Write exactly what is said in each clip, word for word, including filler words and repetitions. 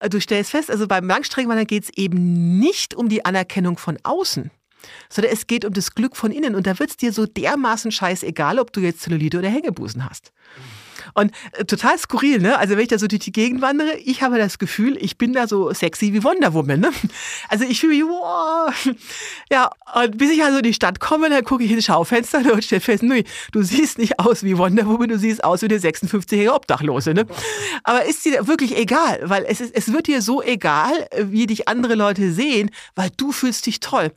du stellst fest, also beim Langstreckenwandern geht es eben nicht um die Anerkennung von außen, sondern es geht um das Glück von innen. Und da wird es dir so dermaßen scheißegal, ob du jetzt Zellulite oder Hängebusen hast. Und äh, total skurril, ne? Also wenn ich da so durch die Gegend wandere, ich habe das Gefühl, ich bin da so sexy wie Wonder Woman, ne? Also ich fühle mich, wow. Ja, und bis ich also in die Stadt komme, dann gucke ich ins Schaufenster und stelle fest, nee, du siehst nicht aus wie Wonder Woman, du siehst aus wie eine sechsundfünfzigjährige Obdachlose, ne? Aber ist dir wirklich egal, weil es ist, es wird dir so egal, wie dich andere Leute sehen, weil du fühlst dich toll.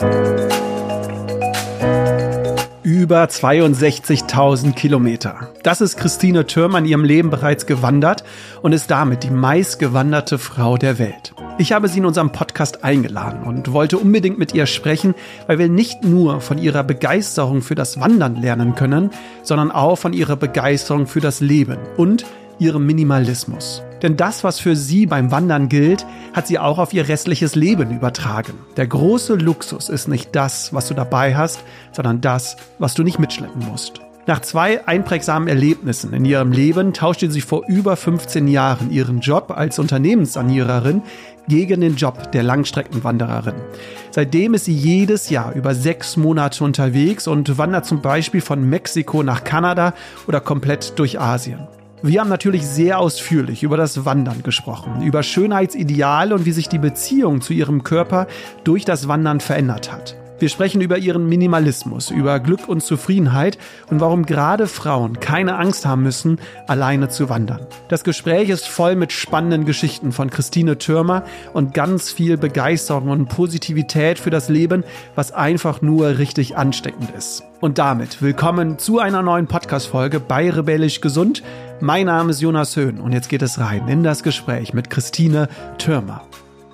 Über zweiundsechzigtausend Kilometer. Das ist Christine Thürmer in ihrem Leben bereits gewandert und ist damit die meistgewanderte Frau der Welt. Ich habe sie in unserem Podcast eingeladen und wollte unbedingt mit ihr sprechen, weil wir nicht nur von ihrer Begeisterung für das Wandern lernen können, sondern auch von ihrer Begeisterung für das Leben und ihrem Minimalismus. Denn das, was für sie beim Wandern gilt, hat sie auch auf ihr restliches Leben übertragen. Der große Luxus ist nicht das, was du dabei hast, sondern das, was du nicht mitschleppen musst. Nach zwei einprägsamen Erlebnissen in ihrem Leben tauschte sie vor über fünfzehn Jahren ihren Job als Unternehmenssaniererin gegen den Job der Langstreckenwandererin. Seitdem ist sie jedes Jahr über sechs Monate unterwegs und wandert zum Beispiel von Mexiko nach Kanada oder komplett durch Asien. Wir haben natürlich sehr ausführlich über das Wandern gesprochen, über Schönheitsideale und wie sich die Beziehung zu ihrem Körper durch das Wandern verändert hat. Wir sprechen über ihren Minimalismus, über Glück und Zufriedenheit und warum gerade Frauen keine Angst haben müssen, alleine zu wandern. Das Gespräch ist voll mit spannenden Geschichten von Christine Thürmer und ganz viel Begeisterung und Positivität für das Leben, was einfach nur richtig ansteckend ist. Und damit willkommen zu einer neuen Podcast-Folge bei Rebellisch Gesund. Mein Name ist Jonas Höhn und jetzt geht es rein in das Gespräch mit Christine Thürmer.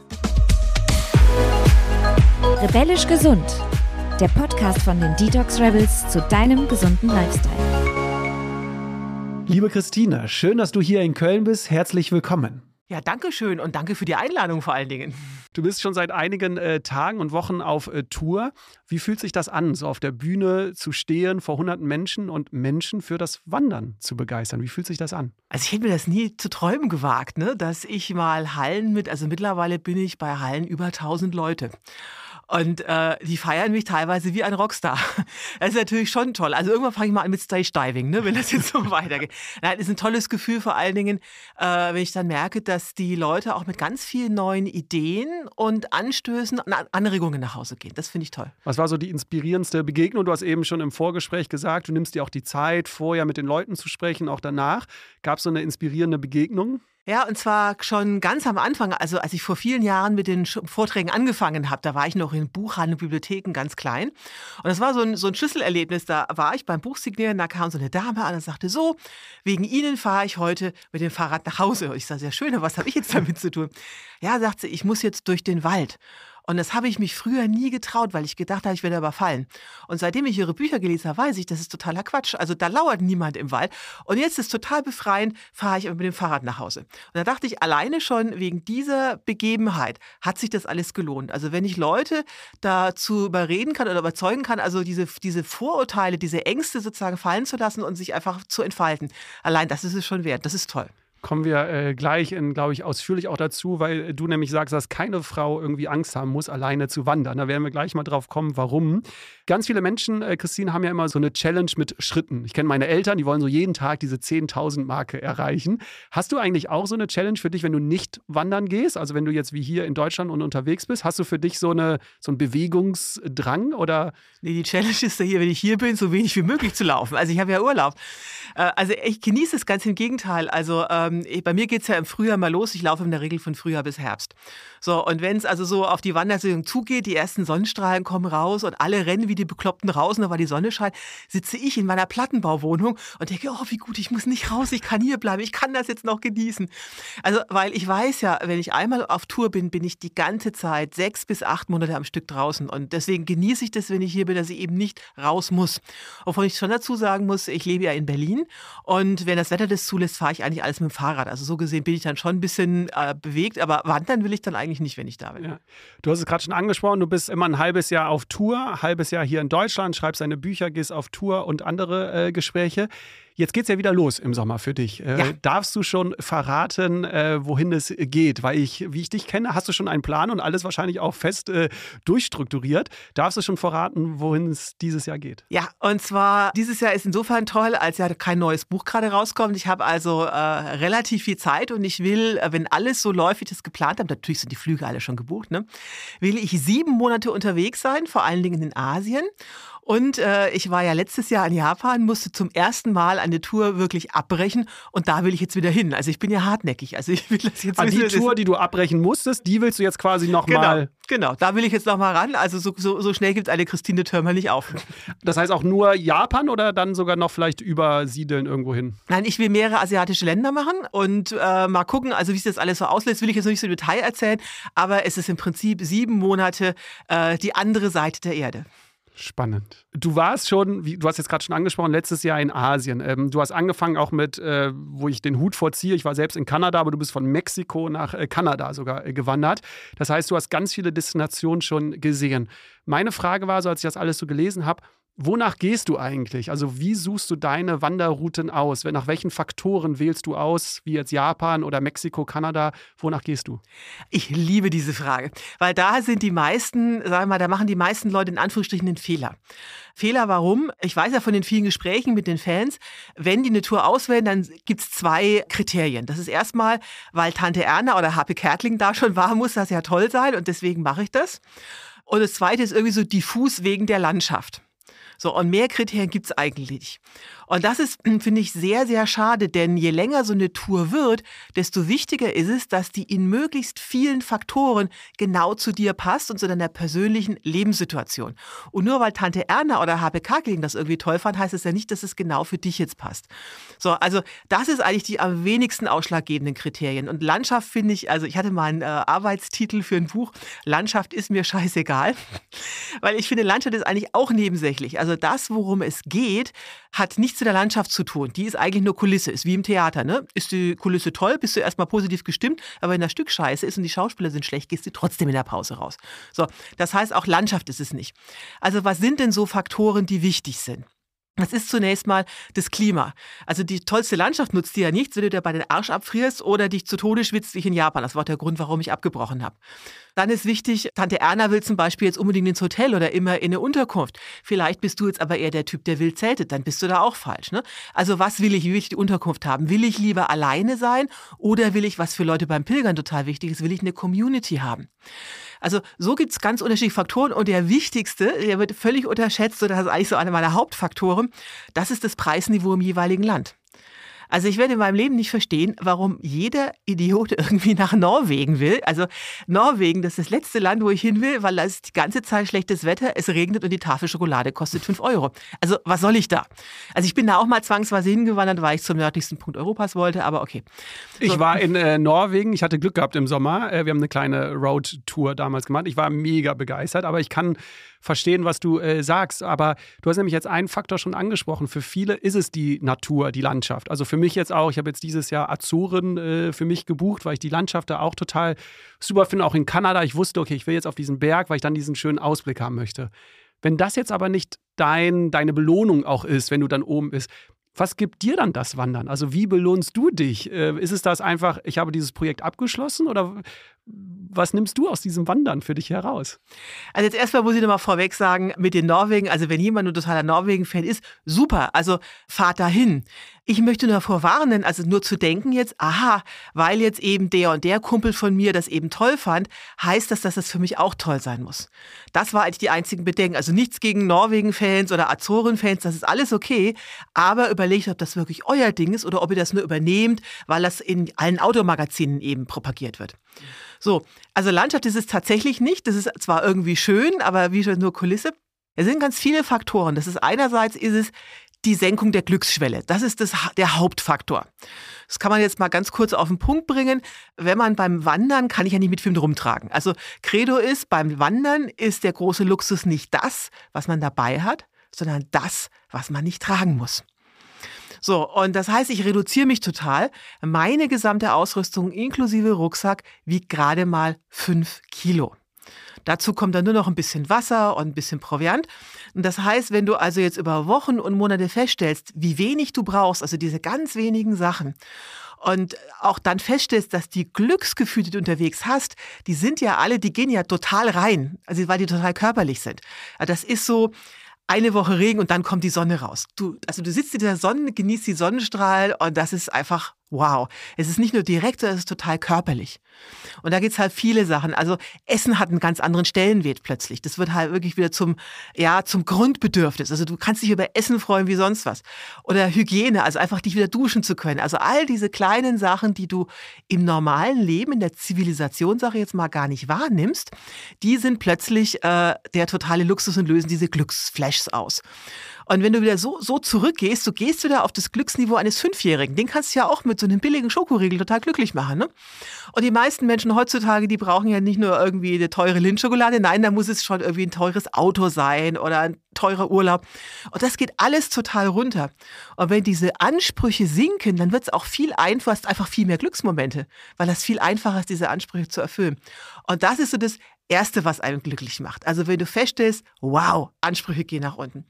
Rebellisch Gesund, der Podcast von den Detox Rebels zu deinem gesunden Lifestyle. Liebe Christine, schön, dass du hier in Köln bist. Herzlich willkommen. Ja, danke schön und danke für die Einladung vor allen Dingen. Du bist schon seit einigen äh, Tagen und Wochen auf äh, Tour. Wie fühlt sich das an, so auf der Bühne zu stehen vor hunderten Menschen und Menschen für das Wandern zu begeistern? Wie fühlt sich das an? Also ich hätte mir das nie zu träumen gewagt, ne, dass ich mal Hallen mit, also mittlerweile bin ich bei Hallen über tausend Leute. Und äh, die feiern mich teilweise wie ein Rockstar. Das ist natürlich schon toll. Also irgendwann fange ich mal an mit Stage Diving, ne, wenn das jetzt so weitergeht. Nein, das ist ein tolles Gefühl vor allen Dingen, äh, wenn ich dann merke, dass die Leute auch mit ganz vielen neuen Ideen und Anstößen und Anregungen nach Hause gehen. Das finde ich toll. Was war so die inspirierendste Begegnung? Du hast eben schon im Vorgespräch gesagt, du nimmst dir auch die Zeit, vorher mit den Leuten zu sprechen, auch danach. Gab es so eine inspirierende Begegnung? Ja, und zwar schon ganz am Anfang, also als ich vor vielen Jahren mit den Vorträgen angefangen habe, da war ich noch in Buchhandlungen, Bibliotheken ganz klein. Und das war so ein, so ein Schlüsselerlebnis, da war ich beim Buchsignieren, da kam so eine Dame an und sagte, so, wegen Ihnen fahre ich heute mit dem Fahrrad nach Hause. Und ich sage, sehr schön, was habe ich jetzt damit zu tun? Ja, sagt sie, ich muss jetzt durch den Wald. Und das habe ich mich früher nie getraut, weil ich gedacht habe, ich werde überfallen. Und seitdem ich ihre Bücher gelesen habe, weiß ich, das ist totaler Quatsch. Also da lauert niemand im Wald. Und jetzt ist total befreiend, fahre ich mit dem Fahrrad nach Hause. Und da dachte ich, alleine schon wegen dieser Begebenheit hat sich das alles gelohnt. Also wenn ich Leute dazu überreden kann oder überzeugen kann, also diese, diese Vorurteile, diese Ängste sozusagen fallen zu lassen und sich einfach zu entfalten, allein das ist es schon wert. Das ist toll. Kommen wir äh, gleich, in, glaube ich, ausführlich auch dazu, weil du nämlich sagst, dass keine Frau irgendwie Angst haben muss, alleine zu wandern. Da werden wir gleich mal drauf kommen, warum. Ganz viele Menschen, äh, Christine, haben ja immer so eine Challenge mit Schritten. Ich kenne meine Eltern, die wollen so jeden Tag diese zehntausend-Marke erreichen. Hast du eigentlich auch so eine Challenge für dich, wenn du nicht wandern gehst? Also wenn du jetzt wie hier in Deutschland und unterwegs bist, hast du für dich so, eine, so einen Bewegungsdrang? Oder? Nee, die Challenge ist ja hier, wenn ich hier bin, so wenig wie möglich zu laufen. Also ich habe ja Urlaub. Äh, also ich genieße es ganz im Gegenteil. Also ähm, bei mir geht es ja im Frühjahr mal los. Ich laufe in der Regel von Frühjahr bis Herbst. So, und wenn es also so auf die Wandersaison zugeht, die ersten Sonnenstrahlen kommen raus und alle rennen wie die Bekloppten raus, nur weil die Sonne scheint, sitze ich in meiner Plattenbauwohnung und denke, oh, wie gut, ich muss nicht raus, ich kann hier bleiben, ich kann das jetzt noch genießen. Also, weil ich weiß ja, wenn ich einmal auf Tour bin, bin ich die ganze Zeit sechs bis acht Monate am Stück draußen. Und deswegen genieße ich das, wenn ich hier bin, dass ich eben nicht raus muss. Obwohl ich schon dazu sagen muss, ich lebe ja in Berlin und wenn das Wetter das zulässt, fahre ich eigentlich alles mit dem Fahrrad. Also so gesehen bin ich dann schon ein bisschen äh, bewegt, aber wandern will ich dann eigentlich nicht, wenn ich da bin. Ja. Du hast es gerade schon angesprochen, du bist immer ein halbes Jahr auf Tour, ein halbes Jahr hier in Deutschland, schreibst deine Bücher, gehst auf Tour und andere äh, Gespräche. Jetzt geht's ja wieder los im Sommer für dich. Äh, Ja. Darfst du schon verraten, äh, wohin es geht? Weil ich, wie ich dich kenne, hast du schon einen Plan und alles wahrscheinlich auch fest äh, durchstrukturiert. Darfst du schon verraten, wohin es dieses Jahr geht? Ja, und zwar dieses Jahr ist insofern toll, als ja kein neues Buch gerade rauskommt. Ich habe also äh, relativ viel Zeit und ich will, äh, wenn alles so läuft, wie ich das geplant habe, natürlich sind die Flüge alle schon gebucht, ne, will ich sieben Monate unterwegs sein, vor allen Dingen in Asien. Und äh, ich war ja letztes Jahr in Japan, musste zum ersten Mal eine Tour wirklich abbrechen und da will ich jetzt wieder hin. Also ich bin ja hartnäckig. Also ich will das jetzt Ah, die wissen, Tour, die du abbrechen musstest, die willst du jetzt quasi Genau, nochmal. genau, da will ich jetzt nochmal ran. Also so, so, so schnell gibt eine Christine Thürmer nicht auf. Das heißt auch nur Japan oder dann sogar noch vielleicht übersiedeln irgendwo hin? Nein, ich will mehrere asiatische Länder machen und äh, mal gucken, also wie sich das alles so auslässt, will ich jetzt noch nicht so im Detail erzählen, aber es ist im Prinzip sieben Monate äh, die andere Seite der Erde. Spannend. Du warst schon, wie, du hast jetzt gerade schon angesprochen, letztes Jahr in Asien. Ähm, du hast angefangen auch mit, äh, wo ich den Hut vorziehe. Ich war selbst in Kanada, aber du bist von Mexiko nach äh, Kanada sogar äh, gewandert. Das heißt, du hast ganz viele Destinationen schon gesehen. Meine Frage war so, als ich das alles so gelesen habe, wonach gehst du eigentlich? Also wie suchst du deine Wanderrouten aus? Nach welchen Faktoren wählst du aus, wie jetzt Japan oder Mexiko, Kanada? Wonach gehst du? Ich liebe diese Frage, weil da sind die meisten, sagen wir mal, da machen die meisten Leute in Anführungsstrichen einen Fehler. Fehler warum? Ich weiß ja von den vielen Gesprächen mit den Fans, wenn die eine Tour auswählen, dann gibt es zwei Kriterien. Das ist erstmal, weil Tante Erna oder Happe Kerkeling da schon war, muss das ja toll sein und deswegen mache ich das. Und das zweite ist irgendwie so diffus wegen der Landschaft. So, und mehr Kriterien gibt's eigentlich nicht. Und das ist, finde ich, sehr, sehr schade, denn je länger so eine Tour wird, desto wichtiger ist es, dass die in möglichst vielen Faktoren genau zu dir passt und zu deiner persönlichen Lebenssituation. Und nur weil Tante Erna oder Happe Kerkeling das irgendwie toll fand, heißt es ja nicht, dass es genau für dich jetzt passt. So, also das ist eigentlich die am wenigsten ausschlaggebenden Kriterien. Und Landschaft finde ich, also ich hatte mal einen äh, Arbeitstitel für ein Buch, Landschaft ist mir scheißegal, weil ich finde, Landschaft ist eigentlich auch nebensächlich. Also das, worum es geht, hat nichts mit der Landschaft zu tun. Die ist eigentlich nur Kulisse, ist wie im Theater. Ne? Ist die Kulisse toll, bist du erstmal positiv gestimmt, aber wenn das Stück scheiße ist und die Schauspieler sind schlecht, gehst du trotzdem in der Pause raus. So, das heißt, auch Landschaft ist es nicht. Also was sind denn so Faktoren, die wichtig sind? Das ist zunächst mal das Klima. Also die tollste Landschaft nutzt dir ja nichts, wenn du dir bei den Arsch abfrierst oder dich zu Tode schwitzt, wie ich in Japan. Das war der Grund, warum ich abgebrochen habe. Dann ist wichtig, Tante Erna will zum Beispiel jetzt unbedingt ins Hotel oder immer in eine Unterkunft. Vielleicht bist du jetzt aber eher der Typ, der wild zeltet. Dann bist du da auch falsch. Ne? Also was will ich? Wie will ich die Unterkunft haben? Will ich lieber alleine sein oder will ich, was für Leute beim Pilgern total wichtig ist, will ich eine Community haben? Also so gibt es ganz unterschiedliche Faktoren und der wichtigste, der wird völlig unterschätzt, und das ist eigentlich so einer meiner Hauptfaktoren, das ist das Preisniveau im jeweiligen Land. Also ich werde in meinem Leben nicht verstehen, warum jeder Idiot irgendwie nach Norwegen will. Also Norwegen, das ist das letzte Land, wo ich hin will, weil da ist die ganze Zeit schlechtes Wetter, es regnet und die Tafel Schokolade kostet fünf Euro. Also was soll ich da? Also ich bin da auch mal zwangsweise hingewandert, weil ich zum nördlichsten Punkt Europas wollte, aber okay. So. Ich war in äh, Norwegen, ich hatte Glück gehabt im Sommer. Äh, wir haben eine kleine Roadtour damals gemacht. Ich war mega begeistert, aber ich kann verstehen, was du äh, sagst. Aber du hast nämlich jetzt einen Faktor schon angesprochen. Für viele ist es die Natur, die Landschaft. Also für mich jetzt auch, ich habe jetzt dieses Jahr Azoren äh, für mich gebucht, weil ich die Landschaft da auch total super finde. Auch in Kanada. Ich wusste, okay, ich will jetzt auf diesen Berg, weil ich dann diesen schönen Ausblick haben möchte. Wenn das jetzt aber nicht dein, deine Belohnung auch ist, wenn du dann oben bist, was gibt dir dann das Wandern? Also wie belohnst du dich? Äh, ist es das einfach, ich habe dieses Projekt abgeschlossen oder was nimmst du aus diesem Wandern für dich heraus? Also jetzt erstmal muss ich nochmal vorweg sagen, mit den Norwegen, also wenn jemand ein totaler Norwegen-Fan ist, super, also fahrt dahin. Ich möchte nur davor warnen, also nur zu denken jetzt, aha, weil jetzt eben der und der Kumpel von mir das eben toll fand, heißt das, dass das für mich auch toll sein muss. Das war eigentlich die einzigen Bedenken. Also nichts gegen Norwegen-Fans oder Azoren-Fans, das ist alles okay, aber überlegt, ob das wirklich euer Ding ist oder ob ihr das nur übernehmt, weil das in allen Automagazinen eben propagiert wird. So, also Landschaft ist es tatsächlich nicht. Das ist zwar irgendwie schön, aber wie schon nur Kulisse. Es sind ganz viele Faktoren. Das ist einerseits ist es die Senkung der Glücksschwelle. Das ist das, der Hauptfaktor. Das kann man jetzt mal ganz kurz auf den Punkt bringen. Wenn man beim Wandern, kann ich ja nicht mit Film rumtragen. Also Credo ist, beim Wandern ist der große Luxus nicht das, was man dabei hat, sondern das, was man nicht tragen muss. So, und das heißt, ich reduziere mich total. Meine gesamte Ausrüstung inklusive Rucksack wiegt gerade mal fünf Kilo. Dazu kommt dann nur noch ein bisschen Wasser und ein bisschen Proviant. Und das heißt, wenn du also jetzt über Wochen und Monate feststellst, wie wenig du brauchst, also diese ganz wenigen Sachen, und auch dann feststellst, dass die Glücksgefühle, die du unterwegs hast, die sind ja alle, die gehen ja total rein, also weil die total körperlich sind. Das ist so eine Woche Regen und dann kommt die Sonne raus. Du, also du sitzt in der Sonne, genießt die Sonnenstrahl und das ist einfach wow. Es ist nicht nur direkt, sondern es ist total körperlich. Und da gibt's halt viele Sachen. Also Essen hat einen ganz anderen Stellenwert plötzlich. Das wird halt wirklich wieder zum, ja, zum Grundbedürfnis. Also du kannst dich über Essen freuen wie sonst was. Oder Hygiene, also einfach dich wieder duschen zu können. Also all diese kleinen Sachen, die du im normalen Leben, in der Zivilisation, sage ich jetzt mal, gar nicht wahrnimmst, die sind plötzlich äh, der totale Luxus und lösen diese Glücksflashs aus. Und wenn du wieder so, so zurückgehst, du gehst wieder auf das Glücksniveau eines Fünfjährigen. Den kannst du ja auch mit so einem billigen Schokoriegel total glücklich machen, ne? Und die meisten Menschen heutzutage, die brauchen ja nicht nur irgendwie eine teure Lindschokolade, nein, da muss es schon irgendwie ein teures Auto sein oder ein teurer Urlaub. Und das geht alles total runter. Und wenn diese Ansprüche sinken, dann wird es auch viel einfacher, hast einfach viel mehr Glücksmomente, weil das viel einfacher ist, diese Ansprüche zu erfüllen. Und das ist so das Erste, was einen glücklich macht. Also wenn du feststellst, wow, Ansprüche gehen nach unten.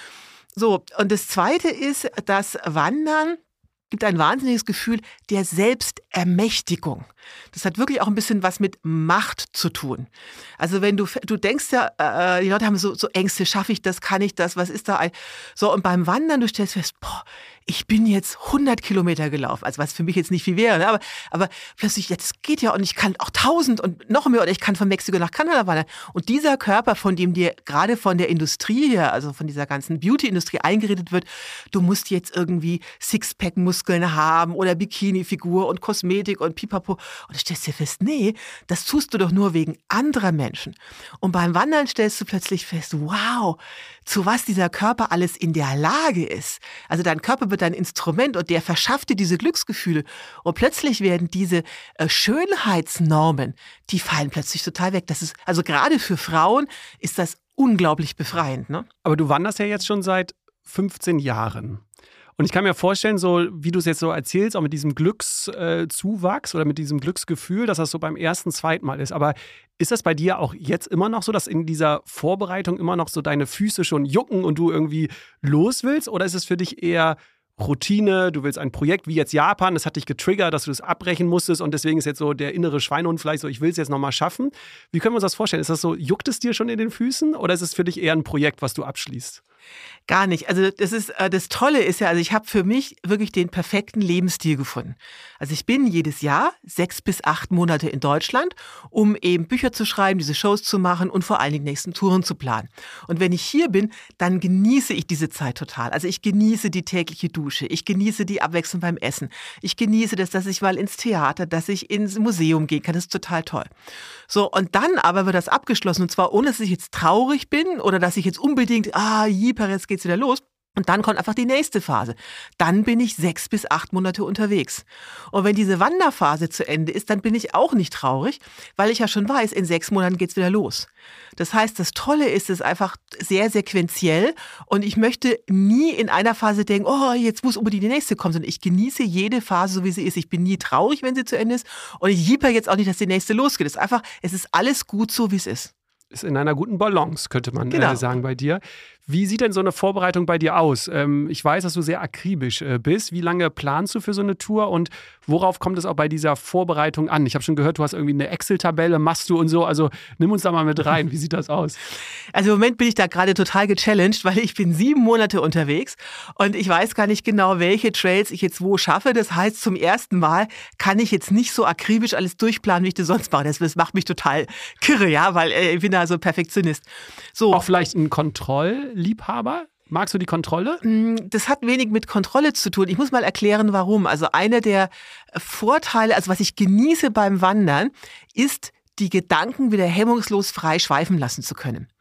So, und das Zweite ist, das Wandern gibt ein wahnsinniges Gefühl der Selbstermächtigung. Das hat wirklich auch ein bisschen was mit Macht zu tun. Also wenn du, du denkst ja, äh, die Leute haben so, so Ängste, schaffe ich das, kann ich das, was ist da ein... So, und beim Wandern, du stellst fest, boah, ich bin jetzt hundert Kilometer gelaufen, also was für mich jetzt nicht viel wäre, ne? aber, aber plötzlich, ja, das geht ja und ich kann auch tausend und noch mehr oder ich kann von Mexiko nach Kanada wandern. Und dieser Körper, von dem dir gerade von der Industrie her, also von dieser ganzen Beauty-Industrie eingeredet wird, du musst jetzt irgendwie Sixpack-Muskeln haben oder Bikini-Figur und Kosmetik und Pipapo. Und du stellst dir fest, nee, das tust du doch nur wegen anderer Menschen. Und beim Wandern stellst du plötzlich fest, wow, zu was dieser Körper alles in der Lage ist. Also dein Körper wird ein Instrument und der verschafft dir diese Glücksgefühle. Und plötzlich werden diese äh, Schönheitsnormen, die fallen plötzlich total weg. Das ist, also gerade für Frauen ist das unglaublich befreiend, ne? Aber du wanderst ja jetzt schon seit fünfzehn Jahren. Und ich kann mir vorstellen, so wie du es jetzt so erzählst, auch mit diesem Glückszuwachs äh, oder mit diesem Glücksgefühl, dass das so beim ersten, zweiten Mal ist. Aber ist das bei dir auch jetzt immer noch so, dass in dieser Vorbereitung immer noch so deine Füße schon jucken und du irgendwie los willst? Oder ist es für dich eher Routine, du willst ein Projekt wie jetzt Japan, das hat dich getriggert, dass du das abbrechen musstest und deswegen ist jetzt so der innere Schweinehund vielleicht so, ich will es jetzt nochmal schaffen. Wie können wir uns das vorstellen? Ist das so, juckt es dir schon in den Füßen oder ist es für dich eher ein Projekt, was du abschließt? Gar nicht. Also das ist das Tolle ist ja, also ich habe für mich wirklich den perfekten Lebensstil gefunden. Also ich bin jedes Jahr sechs bis acht Monate in Deutschland, um eben Bücher zu schreiben, diese Shows zu machen und vor allen Dingen nächsten Touren zu planen. Und wenn ich hier bin, dann genieße ich diese Zeit total. Also ich genieße die tägliche Dusche, ich genieße die Abwechslung beim Essen, ich genieße das, dass ich mal ins Theater, dass ich ins Museum gehen kann. Das ist total toll. So, und dann aber wird das abgeschlossen und zwar ohne, dass ich jetzt traurig bin oder dass ich jetzt unbedingt, ah, jipper, jetzt geht's wieder los. Und dann kommt einfach die nächste Phase. Dann bin ich sechs bis acht Monate unterwegs. Und wenn diese Wanderphase zu Ende ist, dann bin ich auch nicht traurig, weil ich ja schon weiß, in sechs Monaten geht's wieder los. Das heißt, das Tolle ist, es ist einfach sehr sequenziell und ich möchte nie in einer Phase denken, oh, jetzt muss unbedingt die nächste kommen, sondern ich genieße jede Phase, so wie sie ist. Ich bin nie traurig, wenn sie zu Ende ist und ich jipper jetzt auch nicht, dass die nächste losgeht. Es ist einfach, es ist alles gut so, wie es ist. Ist in einer guten Balance, könnte man genau. äh, sagen bei dir. Wie sieht denn so eine Vorbereitung bei dir aus? Ähm, ich weiß, dass du sehr akribisch äh, bist. Wie lange planst du für so eine Tour und worauf kommt es auch bei dieser Vorbereitung an? Ich habe schon gehört, du hast irgendwie eine Excel-Tabelle, machst du und so. Also nimm uns da mal mit rein. Wie sieht das aus? Also im Moment bin ich da gerade total gechallenged, weil ich bin sieben Monate unterwegs und ich weiß gar nicht genau, welche Trails ich jetzt wo schaffe. Das heißt, zum ersten Mal kann ich jetzt nicht so akribisch alles durchplanen, wie ich das sonst mache. Das, das macht mich total kirre, ja, weil äh, ich bin da so Perfektionist. So. Auch vielleicht ein Kontrollliebhaber? Magst du die Kontrolle? Das hat wenig mit Kontrolle zu tun. Ich muss mal erklären, warum. Also einer der Vorteile, also was ich genieße beim Wandern, ist, die Gedanken wieder hemmungslos frei schweifen lassen zu können.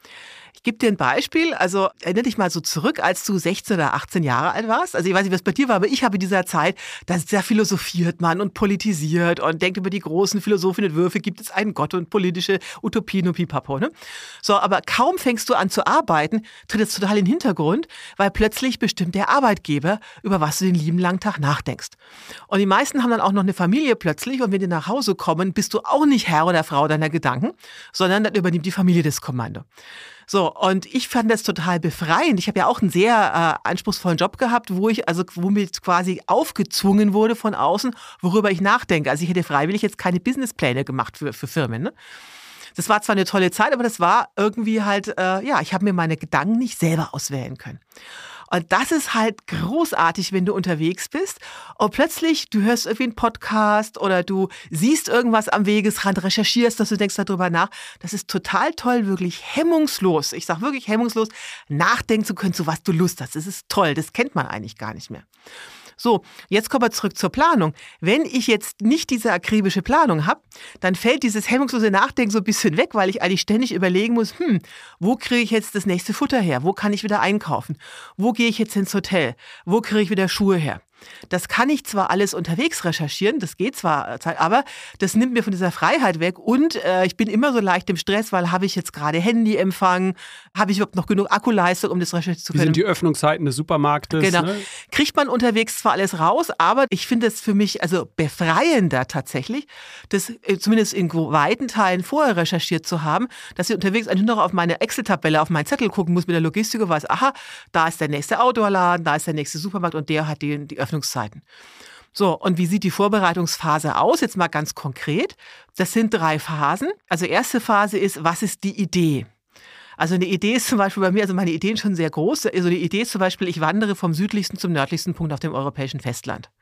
Ich gebe dir ein Beispiel. Also erinnere dich mal so zurück, als du sechzehn oder achtzehn Jahre alt warst. Also ich weiß nicht, was bei dir war, aber ich habe in dieser Zeit, da sehr philosophiert man und politisiert und denkt über die großen Philosophen und Würfe, gibt es einen Gott und politische Utopien und Pipapo. Ne? So, aber kaum fängst du an zu arbeiten, tritt es total in den Hintergrund, weil plötzlich bestimmt der Arbeitgeber, über was du den lieben langen Tag nachdenkst. Und die meisten haben dann auch noch eine Familie plötzlich und wenn die nach Hause kommen, bist du auch nicht Herr oder Frau deiner Gedanken, sondern dann übernimmt die Familie das Kommando. So, und ich fand das total befreiend. Ich habe ja auch einen sehr äh, anspruchsvollen Job gehabt, wo ich, also womit quasi aufgezwungen wurde von außen, worüber ich nachdenke. Also ich hätte freiwillig jetzt keine Businesspläne gemacht für, für Firmen. Ne? Das war zwar eine tolle Zeit, aber das war irgendwie halt, äh, ja, ich habe mir meine Gedanken nicht selber auswählen können. Und das ist halt großartig, wenn du unterwegs bist und plötzlich, du hörst irgendwie einen Podcast oder du siehst irgendwas am Wegesrand, recherchierst, dass du denkst darüber nach. Das ist total toll, wirklich hemmungslos, ich sage wirklich hemmungslos, nachdenken zu können, zu was du Lust hast. Das ist toll, das kennt man eigentlich gar nicht mehr. So, jetzt kommen wir zurück zur Planung. Wenn ich jetzt nicht diese akribische Planung habe, dann fällt dieses hemmungslose Nachdenken so ein bisschen weg, weil ich eigentlich ständig überlegen muss, hm, wo kriege ich jetzt das nächste Futter her? Wo kann ich wieder einkaufen? Wo gehe ich jetzt ins Hotel? Wo kriege ich wieder Schuhe her? Das kann ich zwar alles unterwegs recherchieren, das geht zwar, aber das nimmt mir von dieser Freiheit weg und äh, ich bin immer so leicht im Stress, weil habe ich jetzt gerade Handyempfang, habe ich überhaupt noch genug Akkuleistung, um das recherchieren zu können. Wie sind die Öffnungszeiten des Supermarktes? Genau. Ne? Kriegt man unterwegs zwar alles raus, aber ich finde es für mich also befreiender tatsächlich, das äh, zumindest in weiten Teilen vorher recherchiert zu haben, dass ich unterwegs eigentlich nur noch auf meine Excel-Tabelle, auf meinen Zettel gucken muss mit der Logistik und weiß, aha, da ist der nächste Outdoor-Laden, da ist der nächste Supermarkt und der hat die, die Öffnungszeiten. So, und wie sieht die Vorbereitungsphase aus? Jetzt mal ganz konkret. Das sind drei Phasen. Also erste Phase ist, was ist die Idee? Also eine Idee ist zum Beispiel bei mir, also meine Ideen schon sehr groß. Also die Idee ist zum Beispiel, ich wandere vom südlichsten zum nördlichsten Punkt auf dem europäischen Festland.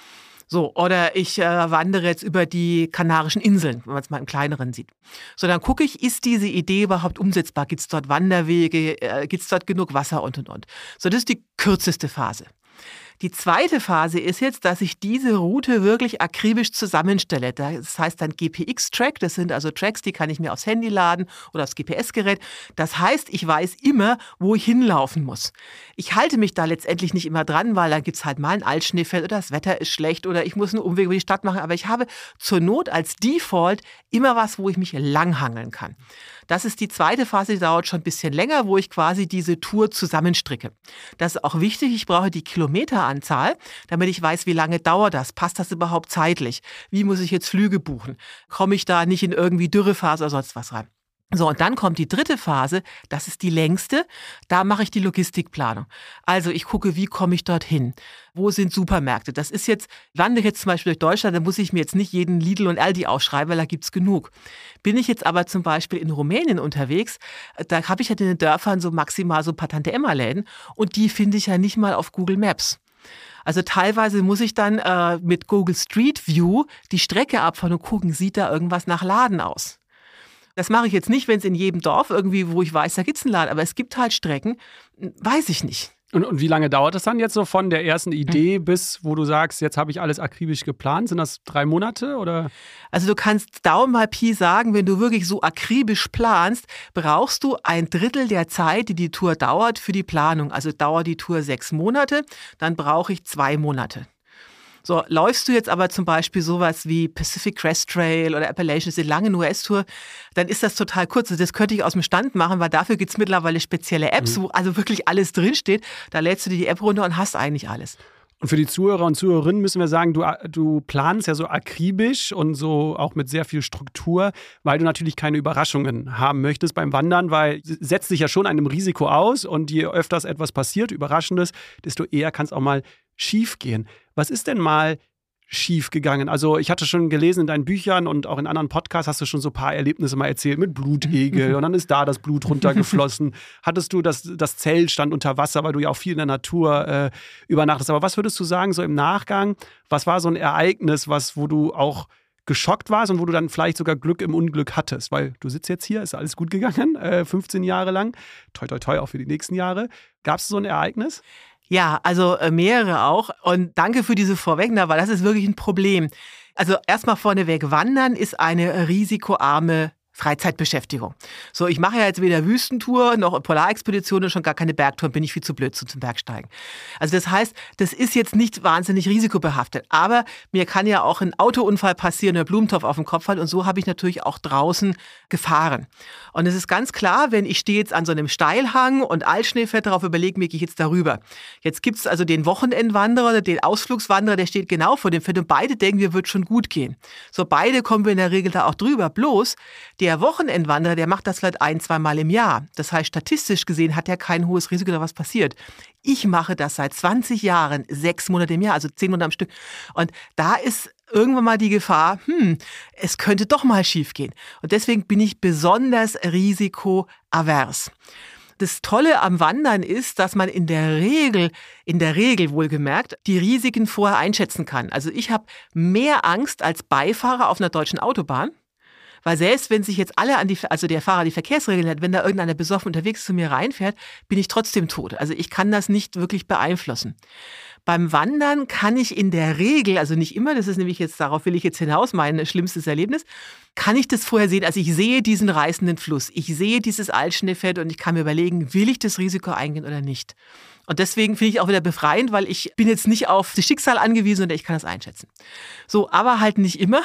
So, oder ich äh, wandere jetzt über die Kanarischen Inseln, wenn man es mal im Kleineren sieht. So, dann gucke ich, ist diese Idee überhaupt umsetzbar? Gibt es dort Wanderwege? Äh, Gibt es dort genug Wasser und, und, und. So, das ist die kürzeste Phase. Die zweite Phase ist jetzt, dass ich diese Route wirklich akribisch zusammenstelle. Das heißt dann G P X-Track, das sind also Tracks, die kann ich mir aufs Handy laden oder aufs G P S-Gerät. Das heißt, ich weiß immer, wo ich hinlaufen muss. Ich halte mich da letztendlich nicht immer dran, weil dann gibt es halt mal ein Altschneefeld oder das Wetter ist schlecht oder ich muss einen Umweg über die Stadt machen. Aber ich habe zur Not als Default immer was, wo ich mich langhangeln kann. Das ist die zweite Phase, die dauert schon ein bisschen länger, wo ich quasi diese Tour zusammenstricke. Das ist auch wichtig, ich brauche die Kilometeranzahl, damit ich weiß, wie lange dauert das, passt das überhaupt zeitlich, wie muss ich jetzt Flüge buchen, komme ich da nicht in irgendwie Dürrephase oder sonst was rein. So, und dann kommt die dritte Phase, das ist die längste, da mache ich die Logistikplanung. Also ich gucke, wie komme ich dorthin? Wo sind Supermärkte? Das ist jetzt, wandere ich jetzt zum Beispiel durch Deutschland, da muss ich mir jetzt nicht jeden Lidl und Aldi aufschreiben, weil da gibt's genug. Bin ich jetzt aber zum Beispiel in Rumänien unterwegs, da habe ich halt in den Dörfern so maximal so ein paar Tante-Emma-Läden und die finde ich ja nicht mal auf Google Maps. Also teilweise muss ich dann äh, mit Google Street View die Strecke abfahren und gucken, sieht da irgendwas nach Laden aus? Das mache ich jetzt nicht, wenn es in jedem Dorf irgendwie, wo ich weiß, da gibt es einen Laden. Aber es gibt halt Strecken, weiß ich nicht. Und, und wie lange dauert das dann jetzt so von der ersten Idee mhm. bis, wo du sagst, jetzt habe ich alles akribisch geplant? Sind das drei Monate oder? Also du kannst Daumen mal Pi sagen, wenn du wirklich so akribisch planst, brauchst du ein Drittel der Zeit, die die Tour dauert, für die Planung. Also dauert die Tour sechs Monate, dann brauche ich zwei Monate. So, läufst du jetzt aber zum Beispiel sowas wie Pacific Crest Trail oder Appalachian, das ist eine lange U S-Tour, dann ist das total kurz. Das könnte ich aus dem Stand machen, weil dafür gibt es mittlerweile spezielle Apps, mhm. wo also wirklich alles drinsteht. Da lädst du dir die App runter und hast eigentlich alles. Und für die Zuhörer und Zuhörerinnen müssen wir sagen, du, du planst ja so akribisch und so auch mit sehr viel Struktur, weil du natürlich keine Überraschungen haben möchtest beim Wandern, weil setzt dich ja schon einem Risiko aus und je öfters etwas passiert, Überraschendes, desto eher kann es auch mal schief gehen. Was ist denn mal schief gegangen? Also ich hatte schon gelesen in deinen Büchern und auch in anderen Podcasts hast du schon so ein paar Erlebnisse mal erzählt mit Blutegel und dann ist da das Blut runtergeflossen. Hattest du, das, das Zelt stand unter Wasser, weil du ja auch viel in der Natur äh, übernachtest. Aber was würdest du sagen, so im Nachgang, was war so ein Ereignis, was, wo du auch geschockt warst und wo du dann vielleicht sogar Glück im Unglück hattest? Weil du sitzt jetzt hier, ist alles gut gegangen, äh, fünfzehn Jahre lang. Toi, toi, toi, auch für die nächsten Jahre. Gab es so ein Ereignis? Ja, also mehrere auch. Und danke für diese Vorwegnahme, weil das ist wirklich ein Problem. Also erstmal vorneweg, Wandern ist eine risikoarme Freizeitbeschäftigung. So, ich mache ja jetzt weder Wüstentour noch Polarexpeditionen, schon gar keine Bergtouren, bin ich viel zu blöd zu zum Bergsteigen. Also das heißt, das ist jetzt nicht wahnsinnig risikobehaftet, aber mir kann ja auch ein Autounfall passieren oder Blumentopf auf den Kopf fallen und so habe ich natürlich auch draußen Gefahren. Und es ist ganz klar, wenn ich stehe jetzt an so einem Steilhang und Altschnee fällt drauf, überlege mir, gehe ich jetzt darüber. Jetzt gibt es also den Wochenendwanderer oder den Ausflugswanderer, der steht genau vor dem Feld und beide denken, wir wird schon gut gehen. So, beide kommen wir in der Regel da auch drüber, bloß der Der Wochenendwanderer, der macht das vielleicht ein, zwei Mal im Jahr. Das heißt, statistisch gesehen hat er kein hohes Risiko, da was passiert. Ich mache das seit zwanzig Jahren, sechs Monate im Jahr, also zehn Monate am Stück. Und da ist irgendwann mal die Gefahr, hm, es könnte doch mal schief gehen. Und deswegen bin ich besonders risikoavers. Das Tolle am Wandern ist, dass man in der Regel, in der Regel wohlgemerkt, die Risiken vorher einschätzen kann. Also ich habe mehr Angst als Beifahrer auf einer deutschen Autobahn. Weil selbst wenn sich jetzt alle an die, also der Fahrer die Verkehrsregeln hat, wenn da irgendeiner besoffen unterwegs zu mir reinfährt, bin ich trotzdem tot. Also ich kann das nicht wirklich beeinflussen. Beim Wandern kann ich in der Regel, also nicht immer, das ist nämlich jetzt, darauf will ich jetzt hinaus, mein schlimmstes Erlebnis, kann ich das vorher sehen. Also ich sehe diesen reißenden Fluss, ich sehe dieses Altschneefeld und ich kann mir überlegen, will ich das Risiko eingehen oder nicht. Und deswegen finde ich auch wieder befreiend, weil ich bin jetzt nicht auf das Schicksal angewiesen und ich kann das einschätzen. So, aber halt nicht immer.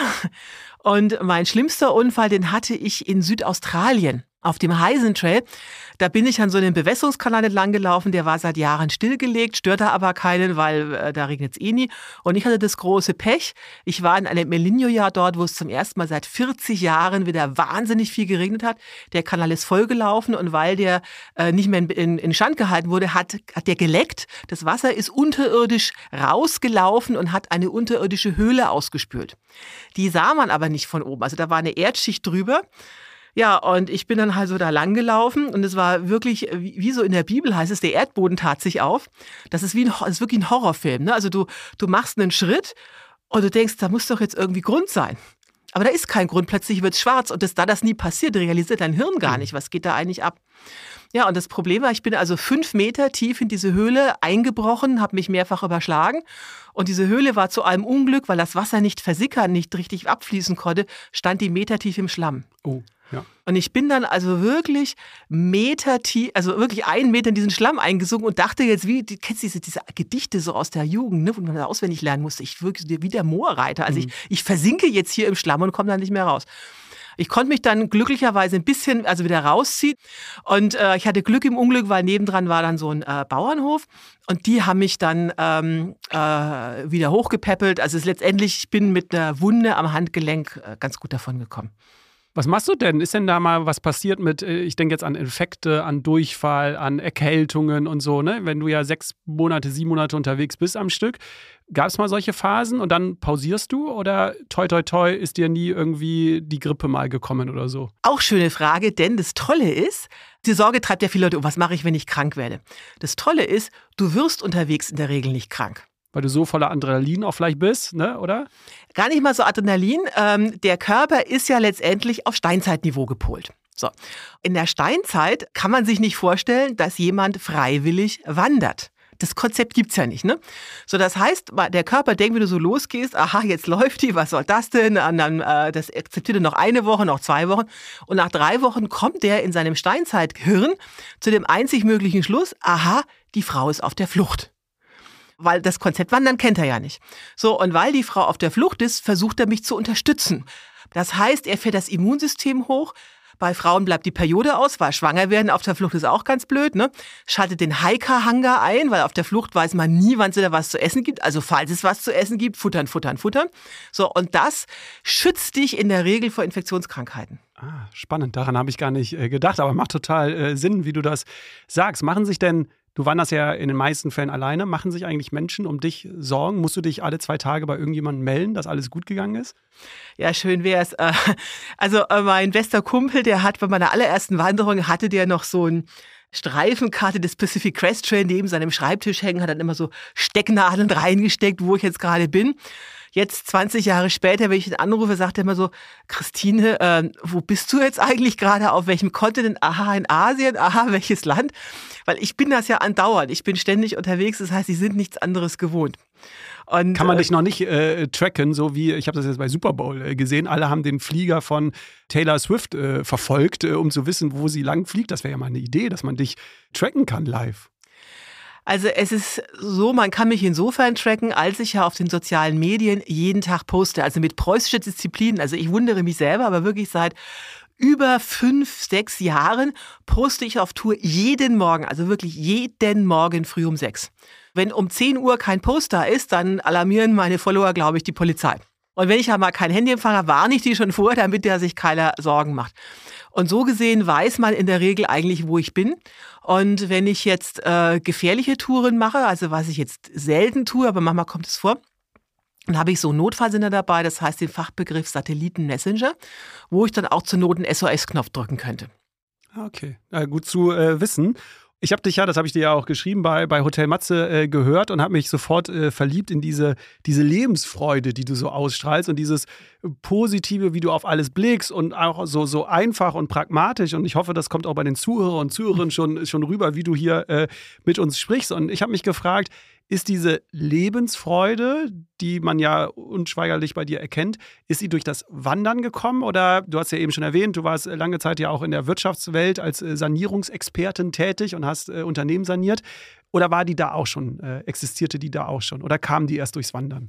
Und mein schlimmster Unfall, den hatte ich in Südaustralien auf dem Heisen Trail. Da bin ich an so einem Bewässerungskanal entlang gelaufen, der war seit Jahren stillgelegt, störte aber keinen, weil äh, da regnet es eh nie. Und ich hatte das große Pech. Ich war in einem El Niño-Jahr dort, wo es zum ersten Mal seit vierzig Jahren wieder wahnsinnig viel geregnet hat. Der Kanal ist vollgelaufen und weil der äh, nicht mehr in, in, in Stand gehalten wurde, hat, hat der geleckt. Das Wasser ist unterirdisch rausgelaufen und hat eine unterirdische Höhle ausgespült. Die sah man aber nicht von oben. Also da war eine Erdschicht drüber. Ja, und ich bin dann halt so da lang gelaufen und es war wirklich, wie, wie so in der Bibel heißt es, der Erdboden tat sich auf. Das ist wie ein, das ist wirklich ein Horrorfilm, ne? Also du, du machst einen Schritt und du denkst, da muss doch jetzt irgendwie Grund sein. Aber da ist kein Grund, plötzlich wird es schwarz und das, da das nie passiert, realisiert dein Hirn gar nicht, was geht da eigentlich ab. Ja, und das Problem war, ich bin also fünf Meter tief in diese Höhle eingebrochen, habe mich mehrfach überschlagen. Und diese Höhle war zu einem Unglück, weil das Wasser nicht versickern, nicht richtig abfließen konnte, stand die Meter tief im Schlamm. Oh, ja. Und ich bin dann also wirklich Meter tief, also wirklich einen Meter in diesen Schlamm eingesunken und dachte jetzt, wie, du kennst diese, diese Gedichte so aus der Jugend, ne, wo man das auswendig lernen musste. Ich wirklich wie der Moorreiter. Also mhm. ich, ich versinke jetzt hier im Schlamm und komme da nicht mehr raus. Ich konnte mich dann glücklicherweise ein bisschen, also wieder rausziehen und äh, ich hatte Glück im Unglück, weil nebendran war dann so ein äh, Bauernhof und die haben mich dann ähm, äh, wieder hochgepäppelt. Also es letztendlich, ich bin mit einer Wunde am Handgelenk äh, ganz gut davon gekommen. Was machst du denn? Ist denn da mal was passiert mit, ich denke jetzt an Infekte, an Durchfall, an Erkältungen und so, ne? Wenn du ja sechs Monate, sieben Monate unterwegs bist am Stück, gab es mal solche Phasen und dann pausierst du oder toi toi toi ist dir nie irgendwie die Grippe mal gekommen oder so? Auch schöne Frage, denn das Tolle ist, die Sorge treibt ja viele Leute um, was mache ich, wenn ich krank werde? Das Tolle ist, du wirst unterwegs in der Regel nicht krank. Weil du so voller Adrenalin auch vielleicht bist, ne, oder? Gar nicht mal so Adrenalin. Ähm, der Körper ist ja letztendlich auf Steinzeitniveau gepolt. So. In der Steinzeit kann man sich nicht vorstellen, dass jemand freiwillig wandert. Das Konzept gibt's ja nicht, ne? So, das heißt, der Körper denkt, wenn du so losgehst, aha, jetzt läuft die, was soll das denn? Und dann, äh, das akzeptiert er noch eine Woche, noch zwei Wochen. Und nach drei Wochen kommt der in seinem Steinzeitgehirn zu dem einzig möglichen Schluss, aha, die Frau ist auf der Flucht. Weil das Konzept Wandern kennt er ja nicht. So, und weil die Frau auf der Flucht ist, versucht er mich zu unterstützen. Das heißt, er fährt das Immunsystem hoch. Bei Frauen bleibt die Periode aus, weil schwanger werden auf der Flucht ist auch ganz blöd, ne? Schaltet den Hiker-Hunger ein, weil auf der Flucht weiß man nie, wann es da was zu essen gibt. Also falls es was zu essen gibt, futtern, futtern, futtern. So, und das schützt dich in der Regel vor Infektionskrankheiten. Ah, spannend. Daran habe ich gar nicht äh, gedacht, aber macht total äh, Sinn, wie du das sagst. Machen sich denn Du wanderst ja in den meisten Fällen alleine. Machen sich eigentlich Menschen um dich Sorgen? Musst du dich alle zwei Tage bei irgendjemandem melden, dass alles gut gegangen ist? Ja, schön wär's. Also mein bester Kumpel, der hat bei meiner allerersten Wanderung, hatte der noch so ein Streifenkarte des Pacific Crest Trail neben seinem Schreibtisch hängen, hat dann immer so Stecknadeln reingesteckt, wo ich jetzt gerade bin. jetzt zwanzig Jahre später, wenn ich ihn anrufe, sagt er immer so, Christine, äh, wo bist du jetzt eigentlich gerade, auf welchem Kontinent? Aha, in Asien, aha, welches Land? Weil ich bin das ja andauernd, ich bin ständig unterwegs, das heißt, sie sind nichts anderes gewohnt. Und, Kann man äh, dich noch nicht äh, tracken, so wie, ich habe das jetzt bei Super Bowl äh, gesehen, alle haben den Flieger von Taylor Swift äh, verfolgt, äh, um zu wissen, wo sie lang fliegt. Das wäre ja mal eine Idee, dass man dich tracken kann live. Also es ist so, man kann mich insofern tracken, als ich ja auf den sozialen Medien jeden Tag poste, also mit preußischer Disziplin. Also ich wundere mich selber, aber wirklich seit über fünf, sechs Jahren poste ich auf Tour jeden Morgen, also wirklich jeden Morgen früh um sechs. Wenn um zehn Uhr kein Post da ist, dann alarmieren meine Follower, glaube ich, die Polizei. Und wenn ich ja mal kein Handyempfang habe, warne ich die schon vor, damit der sich keiner Sorgen macht. Und so gesehen weiß man in der Regel eigentlich, wo ich bin. Und wenn ich jetzt äh, gefährliche Touren mache, also was ich jetzt selten tue, aber manchmal kommt es vor, dann habe ich so einen Notfallsender dabei, das heißt den Fachbegriff Satelliten-Messenger, wo ich dann auch zur Not einen S O S-Knopf drücken könnte. Okay, äh, gut zu äh, wissen. Ich habe dich ja, das habe ich dir ja auch geschrieben, bei, bei Hotel Matze äh, gehört und habe mich sofort äh, verliebt in diese, diese Lebensfreude, die du so ausstrahlst und dieses Positive, wie du auf alles blickst und auch so, so einfach und pragmatisch. Und ich hoffe, das kommt auch bei den Zuhörern und Zuhörerinnen schon, schon rüber, wie du hier äh, mit uns sprichst. Und ich habe mich gefragt, ist diese Lebensfreude, die man ja unschweigerlich bei dir erkennt, ist sie durch das Wandern gekommen? Oder du hast ja eben schon erwähnt, du warst lange Zeit ja auch in der Wirtschaftswelt als Sanierungsexpertin tätig und hast äh, Unternehmen saniert. Oder war die da auch schon, äh, existierte die da auch schon? Oder kam die erst durchs Wandern?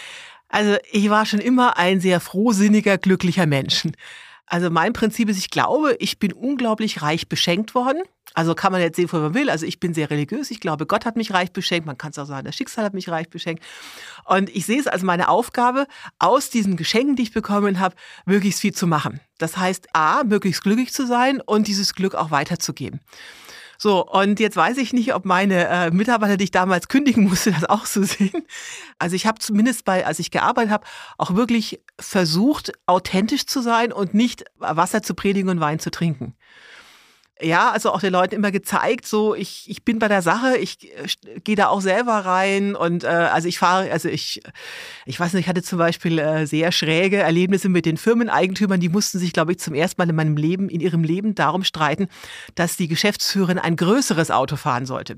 Also ich war schon immer ein sehr frohsinniger, glücklicher Mensch. Also mein Prinzip ist, ich glaube, ich bin unglaublich reich beschenkt worden. Also kann man jetzt sehen, wo man will. Also ich bin sehr religiös. Ich glaube, Gott hat mich reich beschenkt. Man kann es auch sagen, das Schicksal hat mich reich beschenkt. Und ich sehe es als meine Aufgabe, aus diesen Geschenken, die ich bekommen habe, möglichst viel zu machen. Das heißt, A, möglichst glücklich zu sein und dieses Glück auch weiterzugeben. So, und jetzt weiß ich nicht, ob meine äh, Mitarbeiter, die ich damals kündigen musste, das auch so sehen. Also ich habe zumindest bei, als ich gearbeitet habe, auch wirklich versucht, authentisch zu sein und nicht Wasser zu predigen und Wein zu trinken. Ja, also auch den Leuten immer gezeigt, so ich ich bin bei der Sache, ich äh, gehe da auch selber rein und äh, also ich fahre, also ich ich weiß nicht, ich hatte zum Beispiel äh, sehr schräge Erlebnisse mit den Firmeneigentümern, die mussten sich, glaube ich, zum ersten Mal in meinem Leben, in ihrem Leben darum streiten, dass die Geschäftsführerin ein größeres Auto fahren sollte.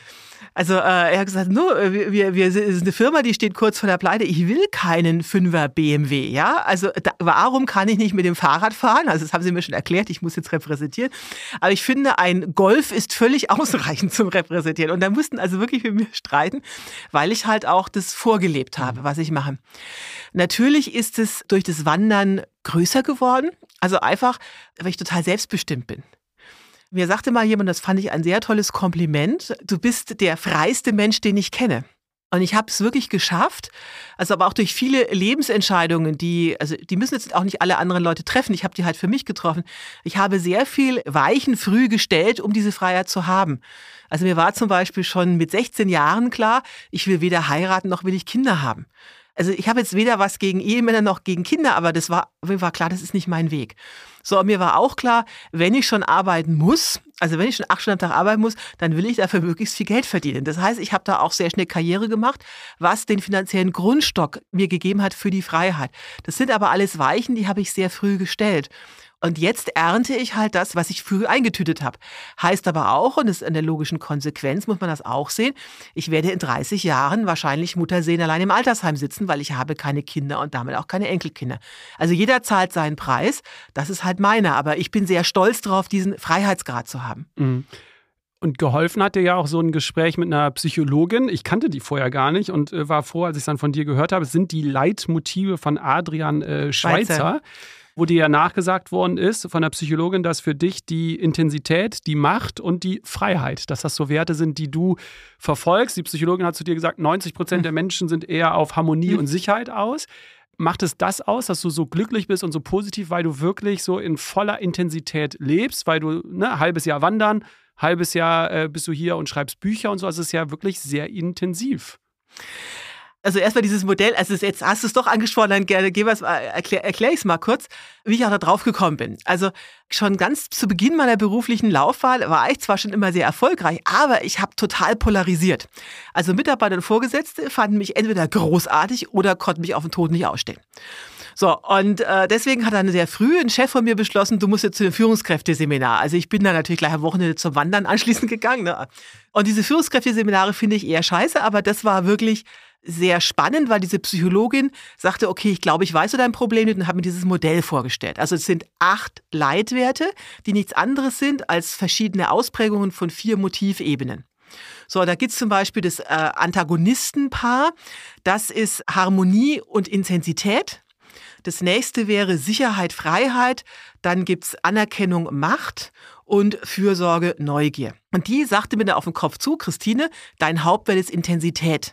Also äh, er hat gesagt, no, wir, wir sind eine Firma, die steht kurz vor der Pleite. Ich will keinen Fünfer B M W, ja. Also da, warum kann ich nicht mit dem Fahrrad fahren? Also das haben sie mir schon erklärt. Ich muss jetzt repräsentieren. Aber ich finde, ein Golf ist völlig ausreichend zum Repräsentieren. Und da mussten also wirklich mit mir streiten, weil ich halt auch das vorgelebt habe, was ich mache. Natürlich ist es durch das Wandern größer geworden. Also einfach, weil ich total selbstbestimmt bin. Mir sagte mal jemand, das fand ich ein sehr tolles Kompliment, du bist der freiste Mensch, den ich kenne. Und ich habe es wirklich geschafft, also aber auch durch viele Lebensentscheidungen, die, also die müssen jetzt auch nicht alle anderen Leute treffen, ich habe die halt für mich getroffen. Ich habe sehr viel Weichen früh gestellt, um diese Freiheit zu haben. Also mir war zum Beispiel schon mit sechzehn Jahren klar, ich will weder heiraten noch will ich Kinder haben. Also ich habe jetzt weder was gegen Ehemänner noch gegen Kinder, aber das war, mir war klar, das ist nicht mein Weg. So, und mir war auch klar, wenn ich schon arbeiten muss, also wenn ich schon acht Stunden am Tag arbeiten muss, dann will ich dafür möglichst viel Geld verdienen. Das heißt, ich habe da auch sehr schnell Karriere gemacht, was den finanziellen Grundstock mir gegeben hat für die Freiheit. Das sind aber alles Weichen, die habe ich sehr früh gestellt. Und jetzt ernte ich halt das, was ich früh eingetütet habe. Heißt aber auch, und das ist in der logischen Konsequenz, muss man das auch sehen, ich werde in dreißig Jahren wahrscheinlich Mutterseelen allein im Altersheim sitzen, weil ich habe keine Kinder und damit auch keine Enkelkinder. Also jeder zahlt seinen Preis, das ist halt meiner. Aber ich bin sehr stolz darauf, diesen Freiheitsgrad zu haben. Mhm. Und geholfen hat dir ja auch so ein Gespräch mit einer Psychologin. Ich kannte die vorher gar nicht und äh, war froh, als ich es dann von dir gehört habe. Es sind die Leitmotive von Adrian äh, Schweizer. Schweizer. Wo dir ja nachgesagt worden ist von der Psychologin, dass für dich die Intensität, die Macht und die Freiheit, dass das so Werte sind, die du verfolgst. Die Psychologin hat zu dir gesagt, neunzig Prozent der Menschen sind eher auf Harmonie und Sicherheit aus. Macht es das aus, dass du so glücklich bist und so positiv, weil du wirklich so in voller Intensität lebst, weil du ne, ein halbes Jahr wandern, halbes Jahr äh, bist du hier und schreibst Bücher und so. Also es ist ja wirklich sehr intensiv. Also erstmal dieses Modell, also jetzt hast du es doch angesprochen, dann gerne erkläre erklär ich es mal kurz, wie ich auch da drauf gekommen bin. Also schon ganz zu Beginn meiner beruflichen Laufbahn war ich zwar schon immer sehr erfolgreich, aber ich habe total polarisiert. Also Mitarbeiter und Vorgesetzte fanden mich entweder großartig oder konnten mich auf den Tod nicht ausstehen. So, und äh, deswegen hat dann sehr früh ein Chef von mir beschlossen, du musst jetzt zu dem Führungskräfteseminar. Also ich bin dann natürlich gleich am Wochenende zum Wandern anschließend gegangen. Ne? Und diese Führungskräfteseminare finde ich eher scheiße, aber das war wirklich sehr spannend, weil diese Psychologin sagte, okay, ich glaube, ich weiß so dein Problem nicht und hat mir dieses Modell vorgestellt. Also es sind acht Leitwerte, die nichts anderes sind als verschiedene Ausprägungen von vier Motivebenen. So, da gibt's zum Beispiel das äh, Antagonistenpaar, das ist Harmonie und Intensität. Das nächste wäre Sicherheit, Freiheit, dann gibt's Anerkennung, Macht und Fürsorge, Neugier. Und die sagte mir dann auf den Kopf zu, Christine, dein Hauptwert ist Intensität.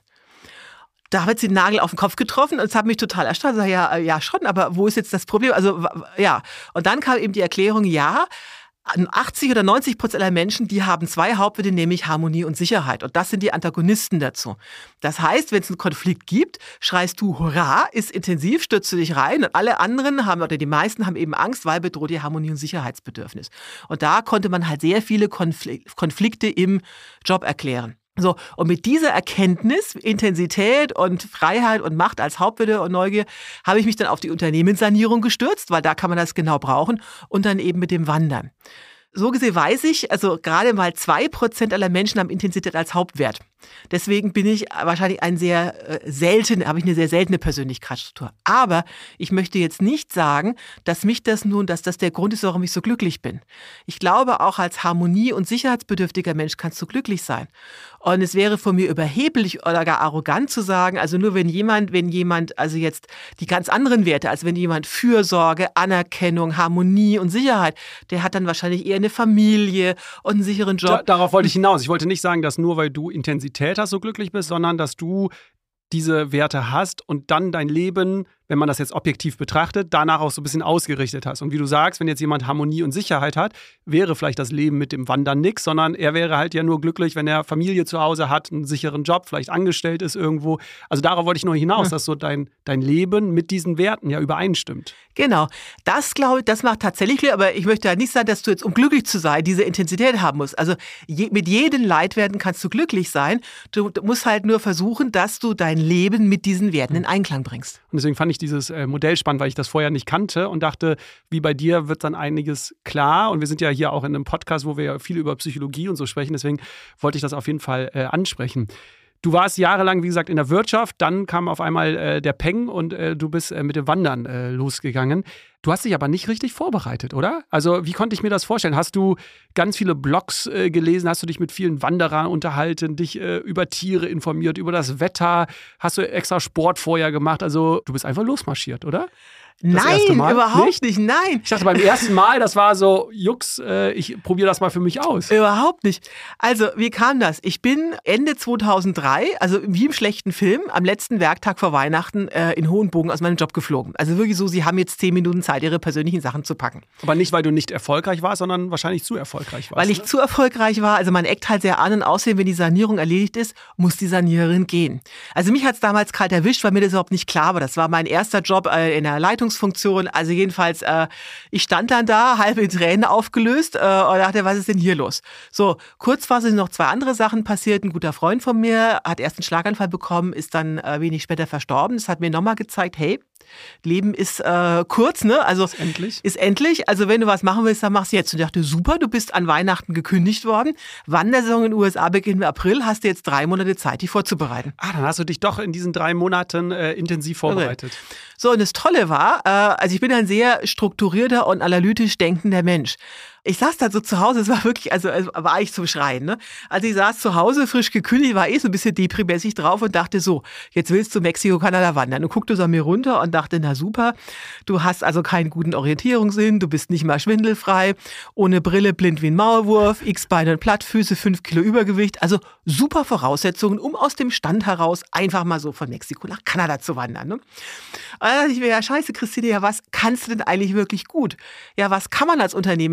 Da hat sie den Nagel auf den Kopf getroffen und es hat mich total erstaunt. Ich ja, ja schon, aber wo ist jetzt das Problem? Also ja, und dann kam eben die Erklärung, ja, achtzig oder neunzig Prozent aller Menschen, die haben zwei Hauptwerte, nämlich Harmonie und Sicherheit. Und das sind die Antagonisten dazu. Das heißt, wenn es einen Konflikt gibt, schreist du Hurra, ist intensiv, stürzt du dich rein und alle anderen haben, oder die meisten haben eben Angst, weil bedroht ihr Harmonie und Sicherheitsbedürfnis. Und da konnte man halt sehr viele Konflikte im Job erklären. So, und mit dieser Erkenntnis, Intensität und Freiheit und Macht als Hauptwerte und Neugier, habe ich mich dann auf die Unternehmenssanierung gestürzt, weil da kann man das genau brauchen, und dann eben mit dem Wandern. So gesehen weiß ich, also gerade mal zwei Prozent aller Menschen haben Intensität als Hauptwert. Deswegen bin ich wahrscheinlich ein sehr äh, selten, habe ich eine sehr seltene Persönlichkeitsstruktur. Aber ich möchte jetzt nicht sagen, dass mich das nun, dass das der Grund ist, warum ich so glücklich bin. Ich glaube, auch als harmonie- und sicherheitsbedürftiger Mensch kannst du glücklich sein. Und es wäre von mir überheblich oder gar arrogant zu sagen, also nur wenn jemand, wenn jemand, also jetzt die ganz anderen Werte, also wenn jemand Fürsorge, Anerkennung, Harmonie und Sicherheit, der hat dann wahrscheinlich eher eine Familie und einen sicheren Job. Da, darauf wollte ich hinaus. Ich wollte nicht sagen, dass nur weil du Intensität hast, so glücklich bist, sondern dass du diese Werte hast und dann dein Leben, wenn man das jetzt objektiv betrachtet, danach auch so ein bisschen ausgerichtet hast. Und wie du sagst, wenn jetzt jemand Harmonie und Sicherheit hat, wäre vielleicht das Leben mit dem Wandern nix, sondern er wäre halt ja nur glücklich, wenn er Familie zu Hause hat, einen sicheren Job, vielleicht angestellt ist irgendwo. Also darauf wollte ich nur hinaus, mhm. dass so dein, dein Leben mit diesen Werten ja übereinstimmt. Genau. Das, glaube ich, das macht tatsächlich Glück, aber ich möchte halt nicht sagen, dass du jetzt, um glücklich zu sein, diese Intensität haben musst. Also je, mit jedem Leitwerten kannst du glücklich sein. Du, du musst halt nur versuchen, dass du dein Leben mit diesen Werten in Einklang bringst. Und deswegen fand ich dieses äh, Modell spannend, weil ich das vorher nicht kannte und dachte, wie bei dir wird dann einiges klar. Und wir sind ja hier auch in einem Podcast, wo wir ja viel über Psychologie und so sprechen. Deswegen wollte ich das auf jeden Fall äh, ansprechen. Du warst jahrelang, wie gesagt, in der Wirtschaft, dann kam auf einmal äh, der Peng und äh, du bist äh, mit dem Wandern äh, losgegangen. Du hast dich aber nicht richtig vorbereitet, oder? Also wie konnte ich mir das vorstellen? Hast du ganz viele Blogs äh, gelesen? Hast du dich mit vielen Wanderern unterhalten, dich äh, über Tiere informiert, über das Wetter? Hast du extra Sport vorher gemacht? Also du bist einfach losmarschiert, oder? Das nein, überhaupt nicht? nicht, nein. Ich dachte beim ersten Mal, das war so, Jux, äh, ich probiere das mal für mich aus. Überhaupt nicht. Also, wie kam das? Ich bin Ende zweitausenddrei, also wie im schlechten Film, am letzten Werktag vor Weihnachten äh, in Hohenbogen aus meinem Job geflogen. Also wirklich so, sie haben jetzt zehn Minuten Zeit, ihre persönlichen Sachen zu packen. Aber nicht, weil du nicht erfolgreich warst, sondern wahrscheinlich zu erfolgreich warst. Weil ich ne? zu erfolgreich war. Also man eckt halt sehr an und aussehen, wenn die Sanierung erledigt ist, muss die Saniererin gehen. Also mich hat es damals kalt erwischt, weil mir das überhaupt nicht klar war. Das war mein erster Job äh, in der Leitung Funktion. Also jedenfalls, äh, ich stand dann da, halb in Tränen aufgelöst äh, und dachte, was ist denn hier los? So, kurz vor sind noch zwei andere Sachen passiert. Ein guter Freund von mir hat erst einen Schlaganfall bekommen, ist dann äh, wenig später verstorben. Das hat mir nochmal gezeigt, hey, Leben ist äh, kurz, ne? Also ist endlich. Ist endlich. Also wenn du was machen willst, dann mach's jetzt. Und ich dachte, super, du bist an Weihnachten gekündigt worden. Wandersaison in den U S A beginnt im April, hast du jetzt drei Monate Zeit, die vorzubereiten. Ah, dann hast du dich doch in diesen drei Monaten äh, intensiv vorbereitet. Okay. So, und das Tolle war, äh, also ich bin ein sehr strukturierter und analytisch denkender Mensch. Ich saß da so zu Hause, es war wirklich, also es war eigentlich zum Schreien, ne? Also ich saß zu Hause, frisch gekündigt, war eh so ein bisschen deprimäßig drauf und dachte so, jetzt willst du Mexiko, Kanada wandern. Und guckte so an mir runter und dachte, na super, du hast also keinen guten Orientierungssinn, du bist nicht mal schwindelfrei, ohne Brille, blind wie ein Maulwurf, X-Beine und Plattfüße, fünf Kilo Übergewicht, also super Voraussetzungen, um aus dem Stand heraus einfach mal so von Mexiko nach Kanada zu wandern, ne? Und dann dachte ich mir, ja scheiße, Christine, ja was kannst du denn eigentlich wirklich gut? Ja, was kann man als Unternehmenssanierung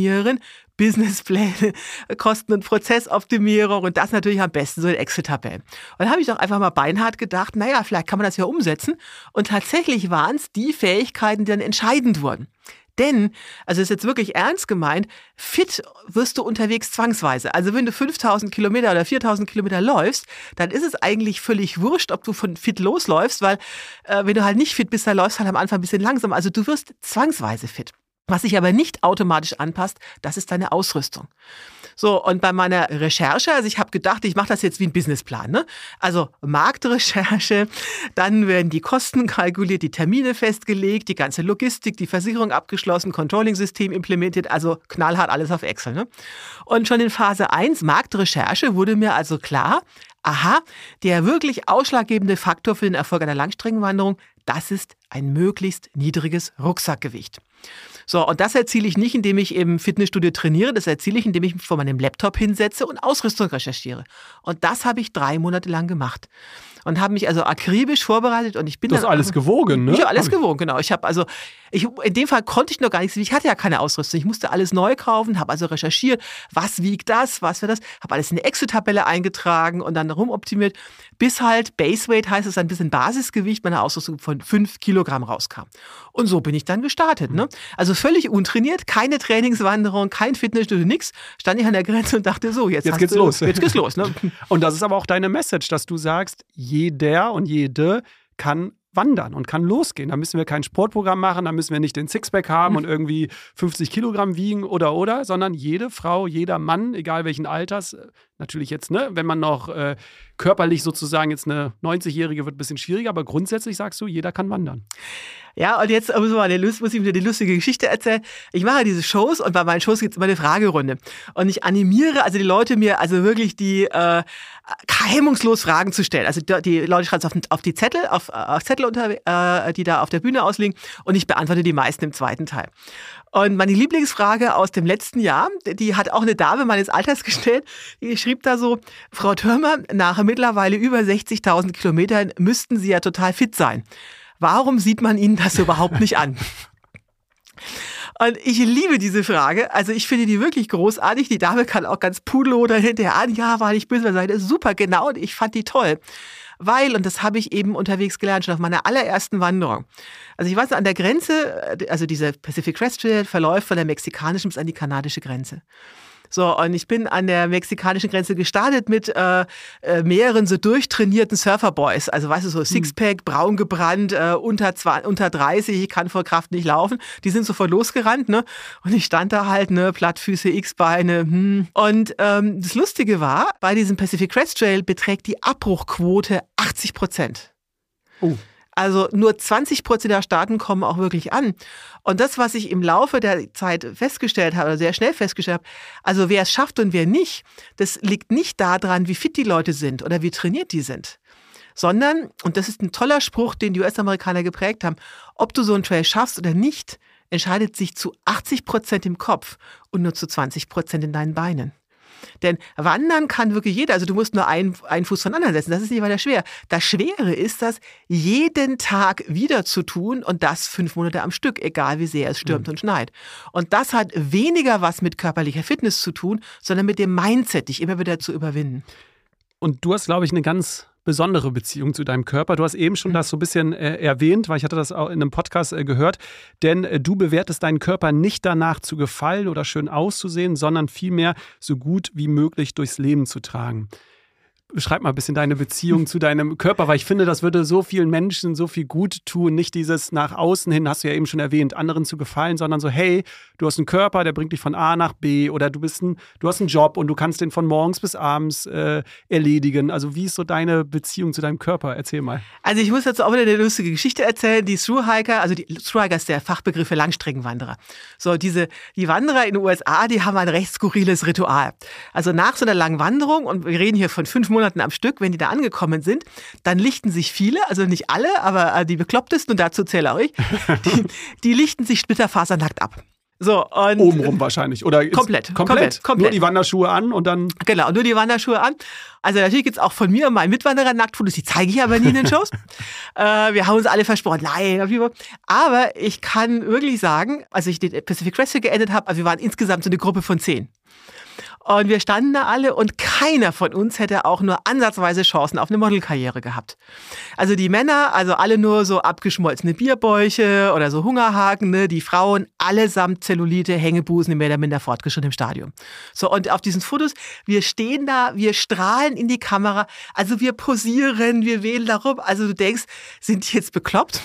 optimieren, Businesspläne, Kosten- und Prozessoptimierung und das natürlich am besten so in Excel-Tabellen. Und dann habe ich doch einfach mal beinhart gedacht, naja, vielleicht kann man das ja umsetzen. Und tatsächlich waren es die Fähigkeiten, die dann entscheidend wurden. Denn, also ist jetzt wirklich ernst gemeint, fit wirst du unterwegs zwangsweise. Also wenn du fünftausend Kilometer oder viertausend Kilometer läufst, dann ist es eigentlich völlig wurscht, ob du von fit losläufst, weil äh, wenn du halt nicht fit bist, dann läufst du halt am Anfang ein bisschen langsam. Also du wirst zwangsweise fit. Was sich aber nicht automatisch anpasst, das ist deine Ausrüstung. So, und bei meiner Recherche, also ich habe gedacht, ich mache das jetzt wie ein Businessplan, ne? Also Marktrecherche, dann werden die Kosten kalkuliert, die Termine festgelegt, die ganze Logistik, die Versicherung abgeschlossen, Controlling-System implementiert, also knallhart alles auf Excel, ne? Und schon in Phase eins, Marktrecherche, wurde mir also klar, aha, der wirklich ausschlaggebende Faktor für den Erfolg einer Langstreckenwanderung, das ist ein möglichst niedriges Rucksackgewicht. So, und das erziele ich nicht, indem ich im Fitnessstudio trainiere, das erziele ich, indem ich mich vor meinem Laptop hinsetze und Ausrüstung recherchiere. Und das habe ich drei Monate lang gemacht. Und habe mich also akribisch vorbereitet und ich bin das dann... Das alles gewogen, ne? Ja, alles gewogen, genau. Ich habe also, ich, in dem Fall konnte ich noch gar nichts, ich hatte ja keine Ausrüstung. Ich musste alles neu kaufen, habe also recherchiert, was wiegt das, was für das, habe alles in eine Excel-Tabelle eingetragen und dann rumoptimiert, bis halt Baseweight, heißt es ein bisschen Basisgewicht meiner Ausrüstung von fünf Kilogramm rauskam. Und so bin ich dann gestartet, ne? Also völlig untrainiert, keine Trainingswanderung, kein Fitnessstudio, nix. Stand ich an der Grenze und dachte so, jetzt, jetzt hast geht's du, los. Jetzt geht's los, ne? Und das ist aber auch deine Message, dass du sagst, jeder und jede kann wandern und kann losgehen. Da müssen wir kein Sportprogramm machen, da müssen wir nicht den Sixpack haben mhm. und irgendwie fünfzig Kilogramm wiegen oder oder, sondern jede Frau, jeder Mann, egal welchen Alters, natürlich jetzt, ne, wenn man noch äh, körperlich sozusagen jetzt eine neunzigjährige wird, ein bisschen schwieriger, aber grundsätzlich sagst du, jeder kann wandern. Ja, und jetzt muss, man, muss ich wieder die lustige Geschichte erzählen. Ich mache diese Shows und bei meinen Shows gibt es immer eine Fragerunde. Und ich animiere also die Leute, mir also wirklich die äh, hemmungslos Fragen zu stellen. Also die Leute schreiben es auf, auf die Zettel, auf, auf Zettel, unter, äh, die da auf der Bühne ausliegen und ich beantworte die meisten im zweiten Teil. Und meine Lieblingsfrage aus dem letzten Jahr, die hat auch eine Dame meines Alters gestellt, die schrieb da so, Frau Thürmer, nach mittlerweile über sechzigtausend Kilometern müssten Sie ja total fit sein. Warum sieht man Ihnen das überhaupt nicht an? Und ich liebe diese Frage. Also ich finde die wirklich großartig. Die Dame kann auch ganz pudelloder hinterher an. Ja, weil ich böse sein. Super, genau. Und ich fand die toll. Weil, und das habe ich eben unterwegs gelernt, schon auf meiner allerersten Wanderung. Also ich weiß, an der Grenze, also dieser Pacific Crest Trail verläuft von der mexikanischen bis an die kanadische Grenze. So, und ich bin an der mexikanischen Grenze gestartet mit äh, äh, mehreren so durchtrainierten Surferboys. Also weißt du, so Sixpack, braun gebrannt, äh, unter, zwanzig, unter dreißig, ich kann vor Kraft nicht laufen. Die sind sofort losgerannt, ne? Und ich stand da halt, ne, Plattfüße, X-Beine. Hm. Und ähm, das Lustige war, bei diesem Pacific Crest Trail beträgt die Abbruchquote achtzig Prozent. Oh. Also nur zwanzig Prozent der Starten kommen auch wirklich an. Und das, was ich im Laufe der Zeit festgestellt habe, oder sehr schnell festgestellt habe, also wer es schafft und wer nicht, das liegt nicht daran, wie fit die Leute sind oder wie trainiert die sind. Sondern, und das ist ein toller Spruch, den die U S-Amerikaner geprägt haben, ob du so einen Trail schaffst oder nicht, entscheidet sich zu achtzig Prozent im Kopf und nur zu zwanzig Prozent in deinen Beinen. Denn wandern kann wirklich jeder. Also du musst nur einen, einen Fuß von anderen setzen. Das ist nicht weiter schwer. Das Schwere ist das, jeden Tag wieder zu tun und das fünf Monate am Stück, egal wie sehr es stürmt mhm. und schneit. Und das hat weniger was mit körperlicher Fitness zu tun, sondern mit dem Mindset, dich immer wieder zu überwinden. Und du hast, glaube ich, eine ganz besondere Beziehung zu deinem Körper. Du hast eben schon das so ein bisschen äh, erwähnt, weil ich hatte das auch in einem Podcast äh, gehört, denn äh, du bewertest deinen Körper nicht danach zu gefallen oder schön auszusehen, sondern vielmehr so gut wie möglich durchs Leben zu tragen. Beschreib mal ein bisschen deine Beziehung zu deinem Körper, weil ich finde, das würde so vielen Menschen so viel gut tun. Nicht dieses nach außen hin, hast du ja eben schon erwähnt, anderen zu gefallen, sondern so, hey, du hast einen Körper, der bringt dich von A nach B oder du bist ein, du hast einen Job und du kannst den von morgens bis abends äh, erledigen. Also wie ist so deine Beziehung zu deinem Körper? Erzähl mal. Also ich muss dazu auch wieder eine lustige Geschichte erzählen. Die Thru-Hiker, also die Thru-Hiker ist der Fachbegriff für Langstreckenwanderer. So, diese, die Wanderer in den U S A, die haben ein recht skurriles Ritual. Also nach so einer langen Wanderung, und wir reden hier von fünf Monaten am Stück, wenn die da angekommen sind, dann lichten sich viele, also nicht alle, aber die Beklopptesten, und dazu zähle auch ich, die, die lichten sich splitterfasernackt ab. So, und obenrum wahrscheinlich. Oder komplett, komplett, komplett, komplett. Nur die Wanderschuhe an und dann... Genau, nur die Wanderschuhe an. Also natürlich gibt es auch von mir und meinen Mitwanderer Nacktfotos, die zeige ich aber nie in den Shows. äh, wir haben uns alle versprochen, nein. Aber ich kann wirklich sagen, als ich den Pacific Crest geendet habe, also wir waren insgesamt so eine Gruppe von zehn. Und wir standen da alle und keiner von uns hätte auch nur ansatzweise Chancen auf eine Modelkarriere gehabt. Also die Männer, also alle nur so abgeschmolzene Bierbäuche oder so Hungerhaken, ne? Die Frauen allesamt Zellulite, Hängebusen in mehr oder minder fortgeschrittenem Stadium. So, und auf diesen Fotos, wir stehen da, wir strahlen in die Kamera, also wir posieren, wir wählen darum, also du denkst, sind die jetzt bekloppt?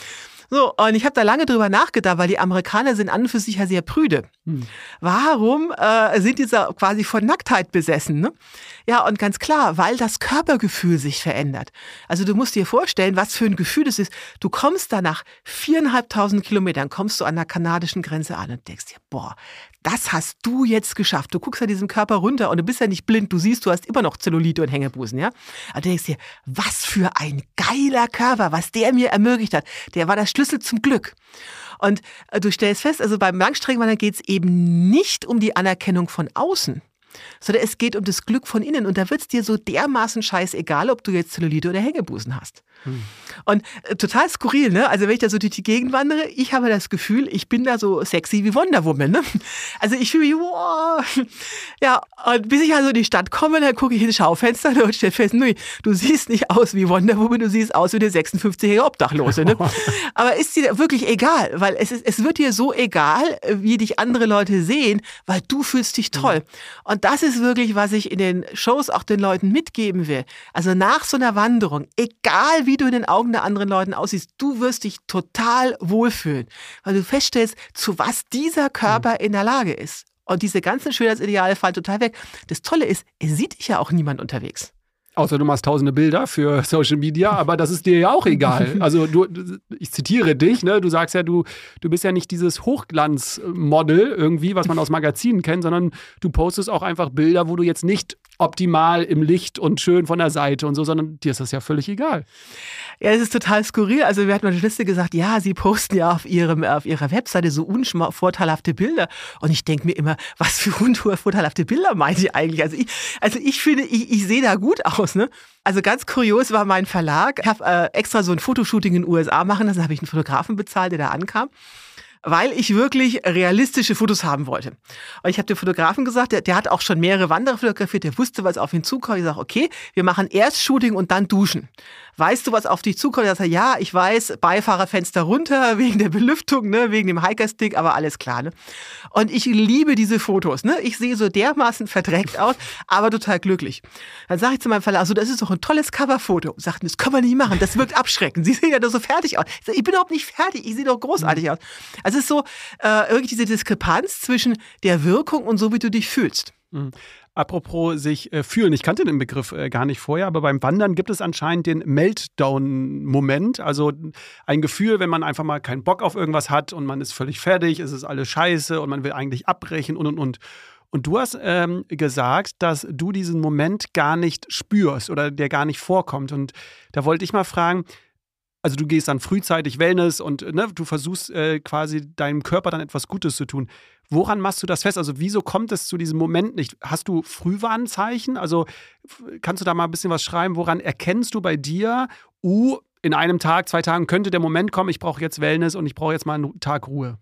So, und ich habe da lange drüber nachgedacht, weil die Amerikaner sind an und für sich ja sehr prüde. Hm. Warum äh, sind die so quasi von Nacktheit besessen? Ne? Ja, und ganz klar, weil das Körpergefühl sich verändert. Also du musst dir vorstellen, was für ein Gefühl das ist. Du kommst da nach viereinhalbtausend Kilometern, kommst du an der kanadischen Grenze an und denkst dir, boah, das hast du jetzt geschafft. Du guckst an diesem Körper runter und du bist ja nicht blind. Du siehst, du hast immer noch Zellulite und Hängebusen, ja? Aber du denkst dir, was für ein geiler Körper, was der mir ermöglicht hat. Der war der Schlüssel zum Glück. Und äh, du stellst fest, also beim Langstreckenwandern geht es eben nicht um die Anerkennung von außen, sondern es geht um das Glück von innen. Und da wird es dir so dermaßen scheißegal, ob du jetzt Zellulite oder Hängebusen hast. Hm. Und äh, total skurril, ne? Also wenn ich da so durch die Gegend wandere, ich habe das Gefühl, ich bin da so sexy wie Wonder Woman, ne? Also ich fühle mich, wow. Ja, und bis ich also in die Stadt komme, dann gucke ich ins Schaufenster und stelle fest, nee, du siehst nicht aus wie Wonder Woman, du siehst aus wie eine sechsundfünfzigjährige Obdachlose, ne? Aber ist dir wirklich egal, weil es, ist, es wird dir so egal, wie dich andere Leute sehen, weil du fühlst dich toll. Hm. Und das ist wirklich, was ich in den Shows auch den Leuten mitgeben will. Also nach so einer Wanderung, egal wie du in den Augen der anderen Leuten aussiehst, du wirst dich total wohlfühlen, weil du feststellst, zu was dieser Körper mhm. in der Lage ist. Und diese ganzen Schönheitsideale fallen total weg. Das Tolle ist, es sieht dich ja auch niemand unterwegs. Außer du machst tausende Bilder für Social Media, aber das ist dir ja auch egal. Also du, ich zitiere dich, ne? Du sagst ja, du, du bist ja nicht dieses Hochglanzmodel irgendwie, was man aus Magazinen kennt, sondern du postest auch einfach Bilder, wo du jetzt nicht optimal im Licht und schön von der Seite und so, sondern dir ist das ja völlig egal. Ja, es ist total skurril. Also mir hat meine Journalistin gesagt, ja, sie posten ja auf, ihrem, auf ihrer Webseite so unvorteilhafte Bilder. Und ich denke mir immer, was für unvorteilhafte Bilder meint ihr eigentlich? Also ich, also ich finde, ich, ich sehe da gut aus. Ne? Also ganz kurios war mein Verlag. Ich habe äh, extra so ein Fotoshooting in den U S A machen lassen, habe ich einen Fotografen bezahlt, der da ankam, weil ich wirklich realistische Fotos haben wollte. Und ich habe dem Fotografen gesagt, der, der hat auch schon mehrere Wanderer fotografiert, der wusste, was auf ihn zukommt. Ich sage, okay, wir machen erst Shooting und dann Duschen. Weißt du, was auf dich zukommt? Er sagt, ja, ich weiß, Beifahrerfenster runter, wegen der Belüftung, ne, wegen dem Hikerstick, aber alles klar. Ne? Und ich liebe diese Fotos. Ne? Ich sehe so dermaßen verdreckt aus, aber total glücklich. Dann sage ich zu meinem Verlag, also das ist doch ein tolles Coverfoto. Und sagten, das können wir nicht machen, das wirkt abschreckend. Sie sehen ja doch so fertig aus. Ich sage, ich bin überhaupt nicht fertig, ich sehe doch großartig aus. Also es ist so äh, irgendwie diese Diskrepanz zwischen der Wirkung und so, wie du dich fühlst. Mhm. Apropos sich äh, fühlen, ich kannte den Begriff äh, gar nicht vorher, aber beim Wandern gibt es anscheinend den Meltdown-Moment, also ein Gefühl, wenn man einfach mal keinen Bock auf irgendwas hat und man ist völlig fertig, es ist alles scheiße und man will eigentlich abbrechen und und und. Und du hast ähm, gesagt, dass du diesen Moment gar nicht spürst oder der gar nicht vorkommt. Und da wollte ich mal fragen, also du gehst dann frühzeitig Wellness und ne, du versuchst äh, quasi deinem Körper dann etwas Gutes zu tun. Woran machst du das fest? Also wieso kommt es zu diesem Moment nicht? Hast du Frühwarnzeichen? Also kannst du da mal ein bisschen was schreiben? Woran erkennst du bei dir, uh, in einem Tag, zwei Tagen könnte der Moment kommen, ich brauche jetzt Wellness und ich brauche jetzt mal einen Tag Ruhe?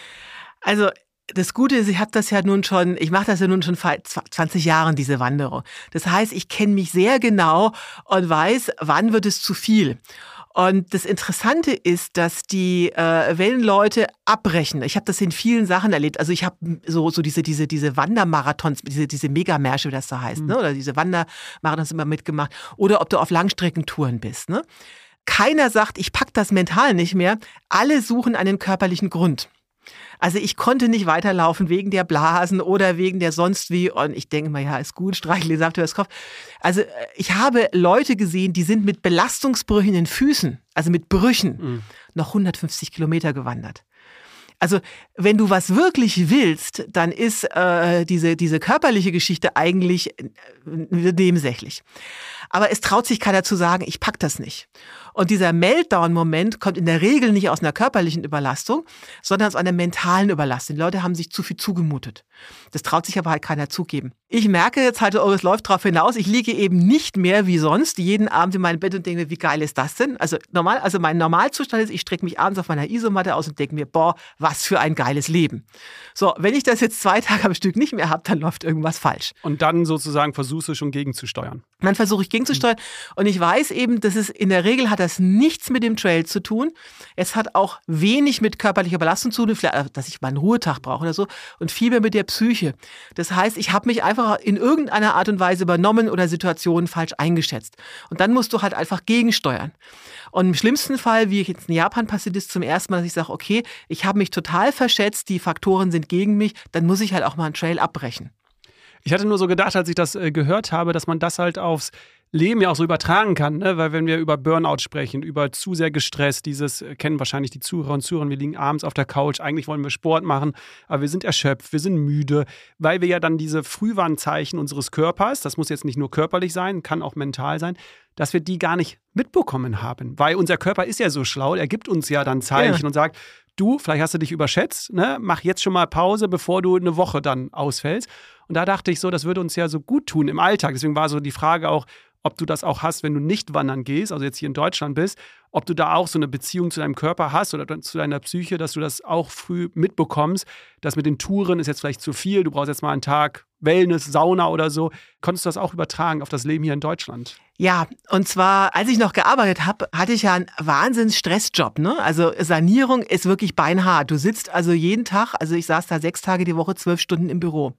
Also das Gute ist, ich habe das ja nun schon, ich mache das ja nun schon seit zwanzig Jahren, diese Wanderung. Das heißt, ich kenne mich sehr genau und weiß, wann wird es zu viel. Und das Interessante ist, dass die äh, Wellenleute abbrechen. Ich habe das in vielen Sachen erlebt. Also ich habe so so diese diese diese Wandermarathons, diese diese Megamärsche, wie das so heißt, mhm. ne? Oder diese Wandermarathons immer mitgemacht. Oder ob du auf Langstreckentouren bist. Ne? Keiner sagt, ich pack das mental nicht mehr. Alle suchen einen körperlichen Grund. Also ich konnte nicht weiterlaufen wegen der Blasen oder wegen der sonst wie. Und ich denke mal, ja, ist gut, streichle die Saft über das Kopf. Also ich habe Leute gesehen, die sind mit Belastungsbrüchen in den Füßen, also mit Brüchen, mhm. noch hundertfünfzig Kilometer gewandert. Also wenn du was wirklich willst, dann ist äh, diese, diese körperliche Geschichte eigentlich nebensächlich. Aber es traut sich keiner zu sagen, ich pack das nicht. Und dieser Meltdown-Moment kommt in der Regel nicht aus einer körperlichen Überlastung, sondern aus einer mentalen Überlastung. Die Leute haben sich zu viel zugemutet. Das traut sich aber halt keiner zugeben. Ich merke jetzt halt, oh, es läuft drauf hinaus, ich liege eben nicht mehr wie sonst jeden Abend in meinem Bett und denke mir, wie geil ist das denn? Also normal, also mein Normalzustand ist, ich strecke mich abends auf meiner Isomatte aus und denke mir, boah, was für ein geiles Leben. So, wenn ich das jetzt zwei Tage am Stück nicht mehr habe, dann läuft irgendwas falsch. Und dann sozusagen versuchst du schon gegenzusteuern. Dann versuche ich gegenzusteuern. Mhm. Und ich weiß eben, dass es in der Regel hat das nichts mit dem Trail zu tun. Es hat auch wenig mit körperlicher Belastung zu tun, vielleicht, dass ich mal einen Ruhetag brauche oder so. Und viel mehr mit der Psyche. Das heißt, ich habe mich einfach in irgendeiner Art und Weise übernommen oder Situationen falsch eingeschätzt. Und dann musst du halt einfach gegensteuern. Und im schlimmsten Fall, wie jetzt in Japan passiert ist, zum ersten Mal, dass ich sage, okay, ich habe mich total verschätzt, die Faktoren sind gegen mich, dann muss ich halt auch mal einen Trail abbrechen. Ich hatte nur so gedacht, als ich das äh, gehört habe, dass man das halt aufs Leben ja auch so übertragen kann, ne? Weil wenn wir über Burnout sprechen, über zu sehr gestresst, dieses äh, kennen wahrscheinlich die Zuhörer und Zuhörer, wir liegen abends auf der Couch, eigentlich wollen wir Sport machen, aber wir sind erschöpft, wir sind müde, weil wir ja dann diese Frühwarnzeichen unseres Körpers, das muss jetzt nicht nur körperlich sein, kann auch mental sein, dass wir die gar nicht mitbekommen haben, weil unser Körper ist ja so schlau, er gibt uns ja dann Zeichen ja. und sagt, du, vielleicht hast du dich überschätzt, ne? Mach jetzt schon mal Pause, bevor du eine Woche dann ausfällst. Und da dachte ich so, das würde uns ja so gut tun im Alltag. Deswegen war so die Frage auch, ob du das auch hast, wenn du nicht wandern gehst, also jetzt hier in Deutschland bist, ob du da auch so eine Beziehung zu deinem Körper hast oder zu deiner Psyche, dass du das auch früh mitbekommst, dass mit den Touren ist jetzt vielleicht zu viel, du brauchst jetzt mal einen Tag Wellness, Sauna oder so. Konntest du das auch übertragen auf das Leben hier in Deutschland? Ja, und zwar, als ich noch gearbeitet habe, hatte ich ja einen Wahnsinns-Stressjob, ne? Also Sanierung ist wirklich beinhart. Du sitzt also jeden Tag, also ich saß da sechs Tage die Woche, zwölf Stunden im Büro.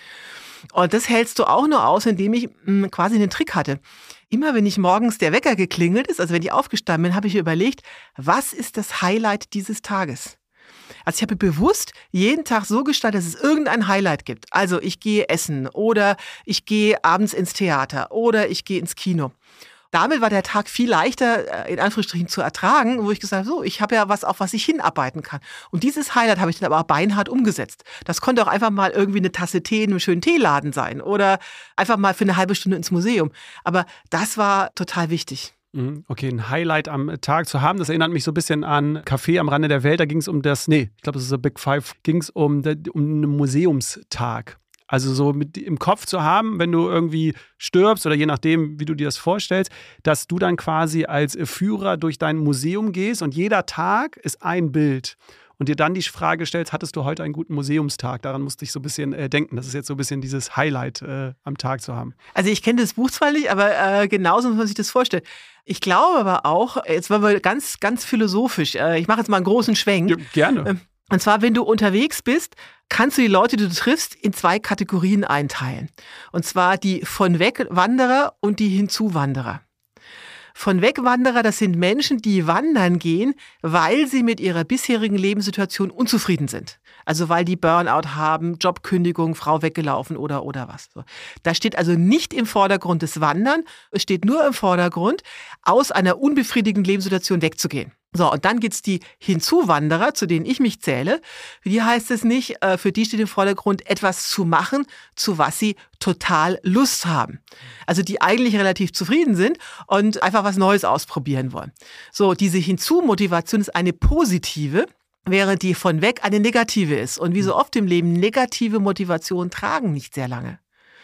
Und das hältst du auch nur aus, indem ich mh, quasi einen Trick hatte. Immer wenn ich morgens der Wecker geklingelt ist, also wenn ich aufgestanden bin, habe ich mir überlegt, was ist das Highlight dieses Tages? Also ich habe bewusst jeden Tag so gestaltet, dass es irgendein Highlight gibt. Also ich gehe essen oder ich gehe abends ins Theater oder ich gehe ins Kino. Damit war der Tag viel leichter, in Anführungsstrichen, zu ertragen, wo ich gesagt habe, so, ich habe ja was, auf was ich hinarbeiten kann. Und dieses Highlight habe ich dann aber auch beinhart umgesetzt. Das konnte auch einfach mal irgendwie eine Tasse Tee in einem schönen Teeladen sein oder einfach mal für eine halbe Stunde ins Museum. Aber das war total wichtig. Okay, ein Highlight am Tag zu haben, das erinnert mich so ein bisschen an Café am Rande der Welt. Da ging es um das, nee, ich glaube, das ist so Big Five, ging es um, um einen Museumstag. Also so mit im Kopf zu haben, wenn du irgendwie stirbst oder je nachdem, wie du dir das vorstellst, dass du dann quasi als Führer durch dein Museum gehst und jeder Tag ist ein Bild. Und dir dann die Frage stellst, hattest du heute einen guten Museumstag? Daran musste ich so ein bisschen äh, denken. Das ist jetzt so ein bisschen dieses Highlight äh, am Tag zu haben. Also ich kenne das Buch zwar nicht, aber äh, genauso muss man sich das vorstellen. Ich glaube aber auch, jetzt waren wir ganz, ganz philosophisch. Äh, ich mache jetzt mal einen großen Schwenk. Ja, gerne. Ähm, Und zwar, wenn du unterwegs bist, kannst du die Leute, die du triffst, in zwei Kategorien einteilen. Und zwar die Von-Weg-Wanderer und die Hinzuwanderer. Von-Weg-Wanderer, das sind Menschen, die wandern gehen, weil sie mit ihrer bisherigen Lebenssituation unzufrieden sind. Also weil die Burnout haben, Jobkündigung, Frau weggelaufen oder oder was. Da steht also nicht im Vordergrund das Wandern, es steht nur im Vordergrund, aus einer unbefriedigenden Lebenssituation wegzugehen. So, und dann gibt's die Hinzuwanderer, zu denen ich mich zähle. Für die heißt es nicht, für die steht im Vordergrund, etwas zu machen, zu was sie total Lust haben. Also die eigentlich relativ zufrieden sind und einfach was Neues ausprobieren wollen. So, diese Hinzumotivation ist eine positive, während die von weg eine negative ist. Und wie so oft im Leben, negative Motivationen tragen nicht sehr lange.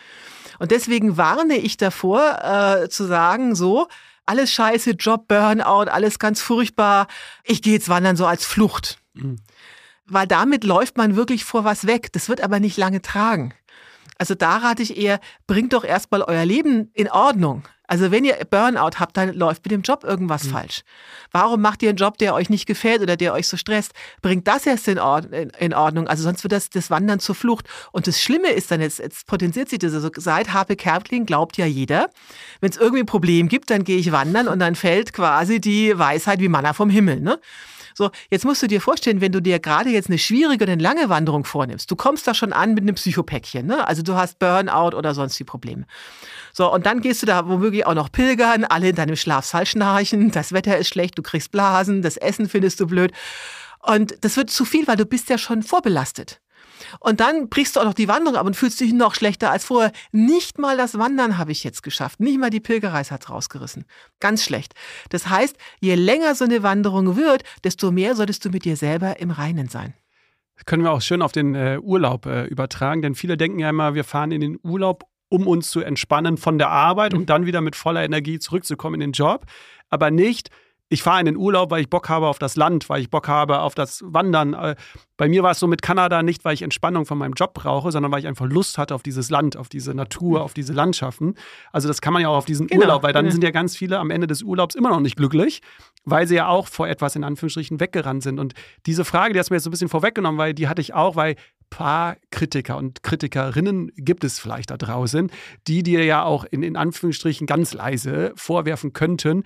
Und deswegen warne ich davor, äh, zu sagen, so, alles scheiße, Job, Burnout, alles ganz furchtbar. Ich gehe jetzt wandern so als Flucht. Mhm. Weil damit läuft man wirklich vor was weg. Das wird aber nicht lange tragen. Also da rate ich eher, bringt doch erstmal euer Leben in Ordnung. Also wenn ihr Burnout habt, dann läuft mit dem Job irgendwas mhm. falsch. Warum macht ihr einen Job, der euch nicht gefällt oder der euch so stresst? Bringt das erst in, Ord- in Ordnung. Also sonst wird das, das Wandern zur Flucht. Und das Schlimme ist dann, jetzt, jetzt potenziert sich das. Also seit Harpe Kerkeling glaubt ja jeder, wenn es irgendwie ein Problem gibt, dann gehe ich wandern und dann fällt quasi die Weisheit wie Manna vom Himmel, ne? So, jetzt musst du dir vorstellen, wenn du dir gerade jetzt eine schwierige oder eine lange Wanderung vornimmst, du kommst da schon an mit einem Psychopäckchen, ne? Also du hast Burnout oder sonst die Probleme. So, und dann gehst du da womöglich auch noch pilgern, alle in deinem Schlafsaal schnarchen, das Wetter ist schlecht, du kriegst Blasen, das Essen findest du blöd. Und das wird zu viel, weil du bist ja schon vorbelastet. Und dann brichst du auch noch die Wanderung ab und fühlst dich noch schlechter als vorher. Nicht mal das Wandern habe ich jetzt geschafft. Nicht mal die Pilgerreise hat's rausgerissen. Ganz schlecht. Das heißt, je länger so eine Wanderung wird, desto mehr solltest du mit dir selber im Reinen sein. Können wir auch schön auf den äh, Urlaub äh, übertragen, denn viele denken ja immer, wir fahren in den Urlaub, um uns zu entspannen von der Arbeit, um dann wieder mit voller Energie zurückzukommen in den Job, aber nicht, ich fahre in den Urlaub, weil ich Bock habe auf das Land, weil ich Bock habe auf das Wandern. Bei mir war es so mit Kanada nicht, weil ich Entspannung von meinem Job brauche, sondern weil ich einfach Lust hatte auf dieses Land, auf diese Natur, auf diese Landschaften. Also das kann man ja auch auf diesen genau. Urlaub, weil dann ja. sind ja ganz viele am Ende des Urlaubs immer noch nicht glücklich, weil sie ja auch vor etwas in Anführungsstrichen weggerannt sind. Und diese Frage, die hast du mir jetzt so ein bisschen vorweggenommen, weil die hatte ich auch, weil paar Kritiker und Kritikerinnen gibt es vielleicht da draußen, die dir ja auch in, in Anführungsstrichen ganz leise vorwerfen könnten,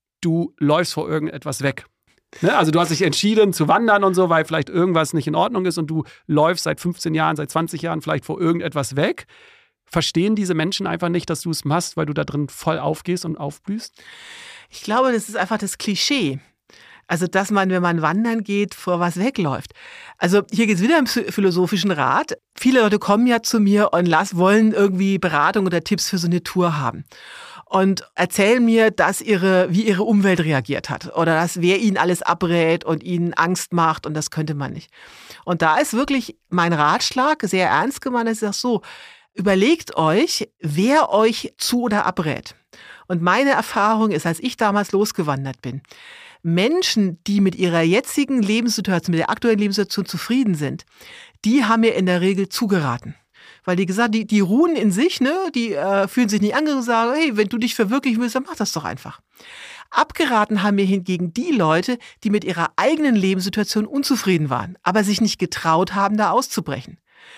du läufst vor irgendetwas weg. Ne? Also du hast dich entschieden zu wandern und so, weil vielleicht irgendwas nicht in Ordnung ist und du läufst seit fünfzehn Jahren, seit zwanzig Jahren vielleicht vor irgendetwas weg. Verstehen diese Menschen einfach nicht, dass du es machst, weil du da drin voll aufgehst und aufblühst? Ich glaube, das ist einfach das Klischee. Also, dass man, wenn man wandern geht, vor was wegläuft. Also, hier geht es wieder im philosophischen Rat. Viele Leute kommen ja zu mir und las, wollen irgendwie Beratung oder Tipps für so eine Tour haben. Und erzählen mir, dass ihre, wie ihre Umwelt reagiert hat. Oder dass wer ihnen alles abrät und ihnen Angst macht und das könnte man nicht. Und da ist wirklich mein Ratschlag sehr ernst gemeint. Ich sage so, überlegt euch, wer euch zu oder abrät. Und meine Erfahrung ist, als ich damals losgewandert bin, Menschen, die mit ihrer jetzigen Lebenssituation, mit der aktuellen Lebenssituation zufrieden sind, die haben mir in der Regel zugeraten. Weil die gesagt, die, die ruhen in sich, ne, die äh, fühlen sich nicht angegriffen und sagen, hey, wenn du dich verwirklichen willst, dann mach das doch einfach. Abgeraten haben mir hingegen die Leute, die mit ihrer eigenen Lebenssituation unzufrieden waren, aber sich nicht getraut haben, da auszubrechen.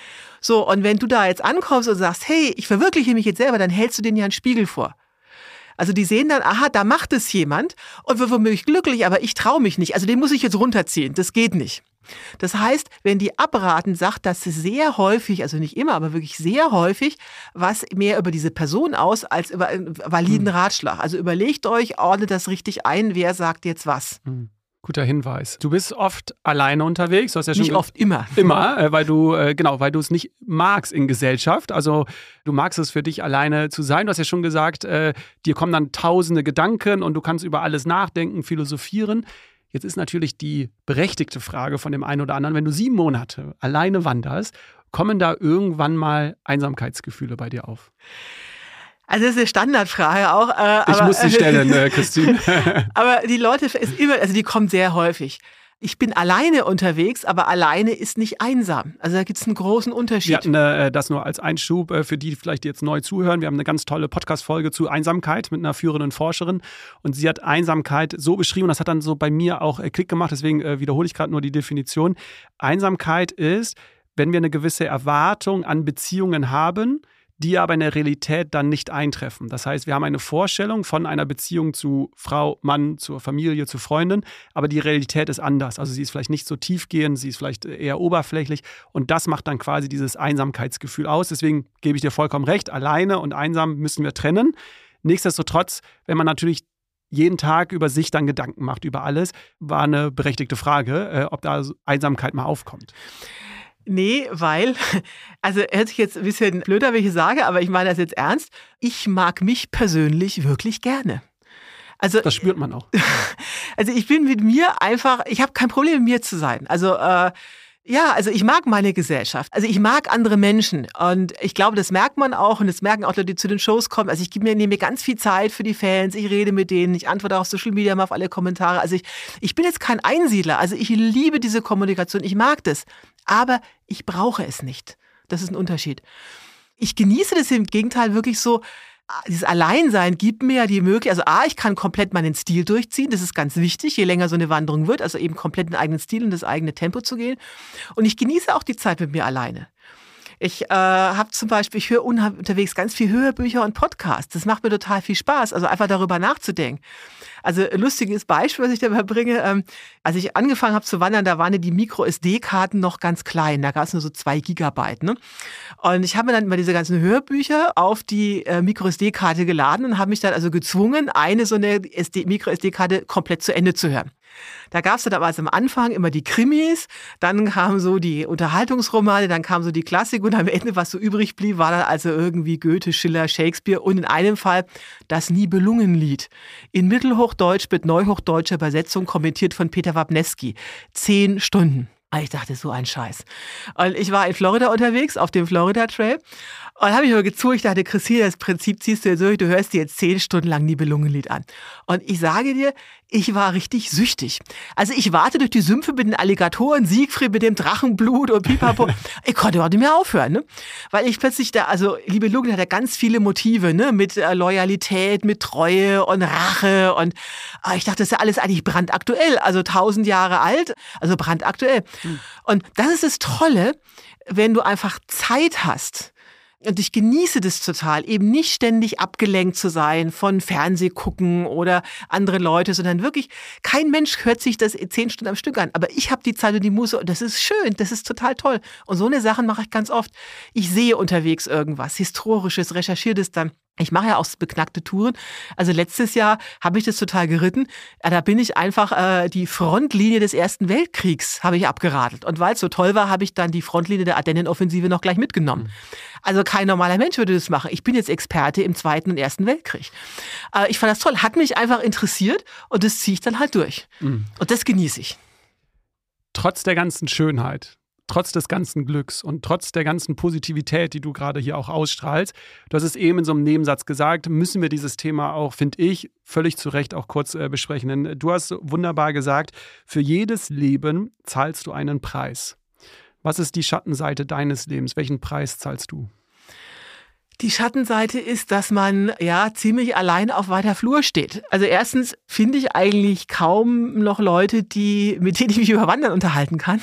So, und wenn du da jetzt ankommst und sagst, hey, ich verwirkliche mich jetzt selber, dann hältst du denen ja einen Spiegel vor. Also die sehen dann, aha, da macht es jemand und wird womöglich glücklich, aber ich traue mich nicht. Also den muss ich jetzt runterziehen, das geht nicht. Das heißt, wenn die abraten, sagt das sehr häufig, also nicht immer, aber wirklich sehr häufig, was mehr über diese Person aus, als über einen validen Ratschlag. Also überlegt euch, ordnet das richtig ein, wer sagt jetzt was. Mhm. Guter Hinweis. Du bist oft alleine unterwegs. Du hast ja schon nicht oft, immer. Immer, äh, weil du, äh, genau, weil du es nicht magst in Gesellschaft. Also du magst es für dich alleine zu sein. Du hast ja schon gesagt, äh, dir kommen dann tausende Gedanken und du kannst über alles nachdenken, philosophieren. Jetzt ist natürlich die berechtigte Frage von dem einen oder anderen, wenn du sieben Monate alleine wanderst, kommen da irgendwann mal Einsamkeitsgefühle bei dir auf? Also das ist eine Standardfrage auch. Äh, ich aber, muss sie stellen, äh, Christine. Aber die Leute, ist immer, also die kommen sehr häufig. Ich bin alleine unterwegs, aber alleine ist nicht einsam. Also da gibt es einen großen Unterschied. Wir hatten äh, das nur als Einschub äh, für die, vielleicht die jetzt neu zuhören. Wir haben eine ganz tolle Podcast-Folge zu Einsamkeit mit einer führenden Forscherin. Und sie hat Einsamkeit so beschrieben, und das hat dann so bei mir auch äh, Klick gemacht, deswegen äh, wiederhole ich gerade nur die Definition. Einsamkeit ist, wenn wir eine gewisse Erwartung an Beziehungen haben, die aber in der Realität dann nicht eintreffen. Das heißt, wir haben eine Vorstellung von einer Beziehung zu Frau, Mann, zur Familie, zu Freunden, aber die Realität ist anders. Also sie ist vielleicht nicht so tiefgehend, sie ist vielleicht eher oberflächlich und das macht dann quasi dieses Einsamkeitsgefühl aus. Deswegen gebe ich dir vollkommen recht, alleine und einsam müssen wir trennen. Nichtsdestotrotz, wenn man natürlich jeden Tag über sich dann Gedanken macht, über alles, war eine berechtigte Frage, äh, ob da Einsamkeit mal aufkommt. Nee, weil, also hört sich jetzt ein bisschen blöder, wenn ich sage, aber ich meine das jetzt ernst. Ich mag mich persönlich wirklich gerne. Also, das spürt man auch. Also ich bin mit mir einfach, ich habe kein Problem mit mir zu sein. Also äh, ja, also ich mag meine Gesellschaft. Also ich mag andere Menschen und ich glaube, das merkt man auch und das merken auch Leute, die zu den Shows kommen. Also ich gebe mir, nehme mir ganz viel Zeit für die Fans, ich rede mit denen, ich antworte auch auf Social Media mal auf alle Kommentare. Also ich, ich bin jetzt kein Einsiedler, also ich liebe diese Kommunikation, ich mag das, aber ich brauche es nicht. Das ist ein Unterschied. Ich genieße das im Gegenteil wirklich so, dieses Alleinsein gibt mir ja die Möglichkeit, also A, ich kann komplett meinen Stil durchziehen, das ist ganz wichtig, je länger so eine Wanderung wird, also eben komplett den eigenen Stil und das eigene Tempo zu gehen. Und ich genieße auch die Zeit mit mir alleine. Ich äh, habe zum Beispiel, ich höre unterwegs ganz viel Hörbücher und Podcasts. Das macht mir total viel Spaß, also einfach darüber nachzudenken. Also ein lustiges Beispiel, was ich dabei bringe, ähm, als ich angefangen habe zu wandern, da waren ja die Micro-S D-Karten noch ganz klein, da gab es nur so zwei Gigabyte. Ne? Und ich habe mir dann immer diese ganzen Hörbücher auf die äh, Micro-S D-Karte geladen und habe mich dann also gezwungen, eine so eine Micro-S D-Karte komplett zu Ende zu hören. Da gab es dann aber also am Anfang immer die Krimis, dann kamen so die Unterhaltungsromane, dann kam so die Klassik und am Ende, was so übrig blieb, war dann also irgendwie Goethe, Schiller, Shakespeare und in einem Fall das Nibelungenlied. In Mittelhochdeutsch mit neuhochdeutscher Übersetzung, kommentiert von Peter Wapneski. Zehn Stunden. Ich dachte, so ein Scheiß. Und ich war in Florida unterwegs, auf dem Florida Trail. Und habe ich aber gezogen, ich dachte, Christine, das Prinzip ziehst du jetzt durch, du hörst dir jetzt zehn Stunden lang Nibelungenlied an. Und ich sage dir, ich war richtig süchtig. Also ich warte durch die Sümpfe mit den Alligatoren, Siegfried mit dem Drachenblut und pipapo. Ich konnte überhaupt nicht mehr aufhören, ne? Weil ich plötzlich da, also Nibelungen hat ja ganz viele Motive, ne? Mit äh, Loyalität, mit Treue und Rache und äh, ich dachte, das ist ja alles eigentlich brandaktuell, also tausend Jahre alt, also brandaktuell. Mhm. Und das ist das Tolle, wenn du einfach Zeit hast. Und ich genieße das total, eben nicht ständig abgelenkt zu sein von Fernsehgucken oder andere Leute, sondern wirklich, kein Mensch hört sich das zehn Stunden am Stück an. Aber ich habe die Zeit und die Muße und das ist schön, das ist total toll. Und so eine Sachen mache ich ganz oft. Ich sehe unterwegs irgendwas, Historisches, recherchiere das dann. Ich mache ja auch beknackte Touren. Also letztes Jahr habe ich das total geritten. Da bin ich einfach äh, die Frontlinie des Ersten Weltkriegs habe ich abgeradelt. Und weil es so toll war, habe ich dann die Frontlinie der Ardennenoffensive noch gleich mitgenommen. Mhm. Also kein normaler Mensch würde das machen. Ich bin jetzt Experte im Zweiten und Ersten Weltkrieg. Äh, ich fand das toll, hat mich einfach interessiert und das ziehe ich dann halt durch. Mhm. Und das genieße ich. Trotz der ganzen Schönheit, trotz des ganzen Glücks und trotz der ganzen Positivität, die du gerade hier auch ausstrahlst, du hast es eben in so einem Nebensatz gesagt, müssen wir dieses Thema auch, finde ich, völlig zu Recht auch kurz äh, besprechen. Denn du hast wunderbar gesagt, für jedes Leben zahlst du einen Preis. Was ist die Schattenseite deines Lebens? Welchen Preis zahlst du? Die Schattenseite ist, dass man ja ziemlich allein auf weiter Flur steht. Also erstens finde ich eigentlich kaum noch Leute, die, mit denen ich mich über Wandern unterhalten kann.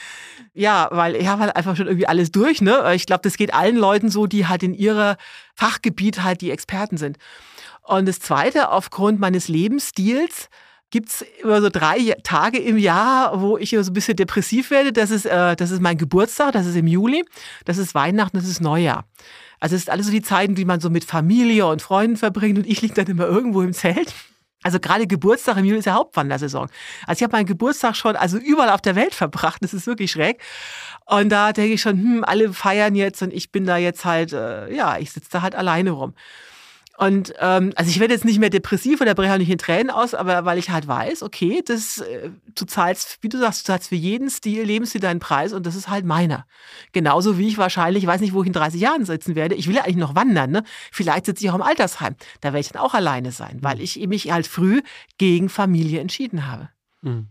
Ja, weil ich habe halt einfach schon irgendwie alles durch, ne? Ich glaube, das geht allen Leuten so, die halt in ihrer Fachgebiet halt die Experten sind. Und das Zweite, aufgrund meines Lebensstils gibt's immer so drei Tage im Jahr, wo ich so ein bisschen depressiv werde. Das ist, äh, das ist mein Geburtstag, das ist im Juli, das ist Weihnachten, das ist Neujahr. Also es sind alles so die Zeiten, die man so mit Familie und Freunden verbringt und ich liege dann immer irgendwo im Zelt. Also gerade Geburtstag im Juli ist ja Hauptwandersaison. Also ich habe meinen Geburtstag schon also überall auf der Welt verbracht. Das ist wirklich schräg. Und da denke ich schon, hm, alle feiern jetzt und ich bin da jetzt halt, äh, ja, ich sitze da halt alleine rum. Und ähm, also ich werde jetzt nicht mehr depressiv oder breche auch nicht in Tränen aus, aber weil ich halt weiß, okay, das äh, du zahlst, wie du sagst, du zahlst für jeden Stil, Lebensstil deinen Preis und das ist halt meiner. Genauso wie ich wahrscheinlich, ich weiß nicht, wo ich in dreißig Jahren sitzen werde. Ich will ja eigentlich noch wandern, ne? Vielleicht sitze ich auch im Altersheim. Da werde ich dann auch alleine sein, weil ich mich halt früh gegen Familie entschieden habe. Mhm.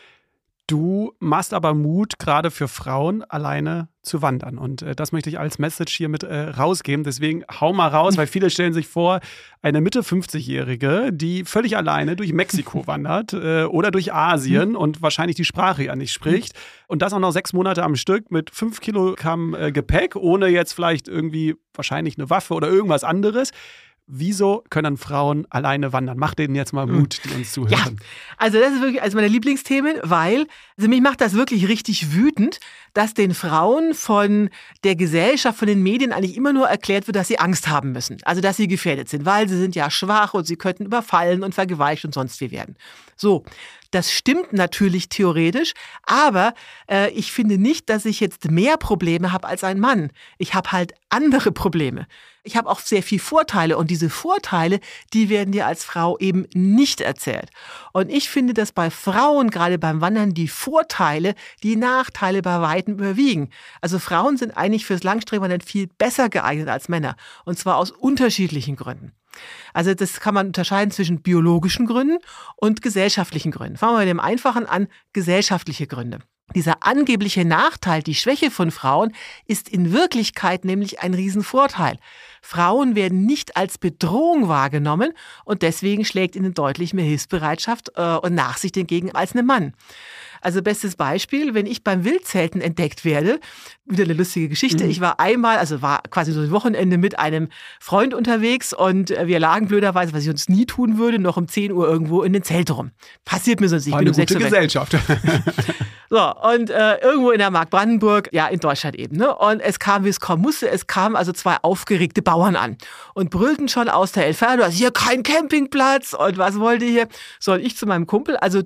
Du machst aber Mut, gerade für Frauen alleine zu wandern. Und äh, das möchte ich als Message hier mit äh, rausgeben. Deswegen hau mal raus, weil viele stellen sich vor, eine Mitte fünfzig-Jährige, die völlig alleine durch Mexiko wandert äh, oder durch Asien und wahrscheinlich die Sprache ja nicht spricht. Und das auch noch sechs Monate am Stück mit fünf Kilogramm äh, Gepäck, ohne jetzt vielleicht irgendwie wahrscheinlich eine Waffe oder irgendwas anderes. Wieso können Frauen alleine wandern? Mach denen jetzt mal Mut, die uns zuhören. Ja, also das ist wirklich eines meiner Lieblingsthemen, weil also mich macht das wirklich richtig wütend, dass den Frauen von der Gesellschaft, von den Medien eigentlich immer nur erklärt wird, dass sie Angst haben müssen. Also dass sie gefährdet sind, weil sie sind ja schwach und sie könnten überfallen und vergewaltigt und sonst wie werden. So, das stimmt natürlich theoretisch, aber äh, ich finde nicht, dass ich jetzt mehr Probleme habe als ein Mann. Ich habe halt andere Probleme. Ich habe auch sehr viel Vorteile und diese Vorteile, die werden dir als Frau eben nicht erzählt. Und ich finde, dass bei Frauen, gerade beim Wandern, die Vorteile, die Nachteile bei weitem überwiegen. Also Frauen sind eigentlich fürs Langstreckenwandern viel besser geeignet als Männer und zwar aus unterschiedlichen Gründen. Also das kann man unterscheiden zwischen biologischen Gründen und gesellschaftlichen Gründen. Fangen wir mit dem Einfachen an, gesellschaftliche Gründe. Dieser angebliche Nachteil, die Schwäche von Frauen, ist in Wirklichkeit nämlich ein Riesenvorteil. Frauen werden nicht als Bedrohung wahrgenommen und deswegen schlägt ihnen deutlich mehr Hilfsbereitschaft äh, und Nachsicht entgegen als einem Mann. Also bestes Beispiel, wenn ich beim Wildzelten entdeckt werde, wieder eine lustige Geschichte. Mhm. Ich war einmal, also war quasi so ein Wochenende mit einem Freund unterwegs und wir lagen blöderweise, was ich uns nie tun würde, noch um zehn Uhr irgendwo in den Zelt rum. Passiert mir sonst nicht. Ich bin eine um gute Gesellschaft. So, und äh, irgendwo in der Mark Brandenburg, ja, in Deutschland eben, ne? Und es kam, wie es kommen musste, es kamen also zwei aufgeregte Bauern an und brüllten schon aus der Entfernung, also hier kein Campingplatz und was wollt ihr hier? So, und ich zu meinem Kumpel, also du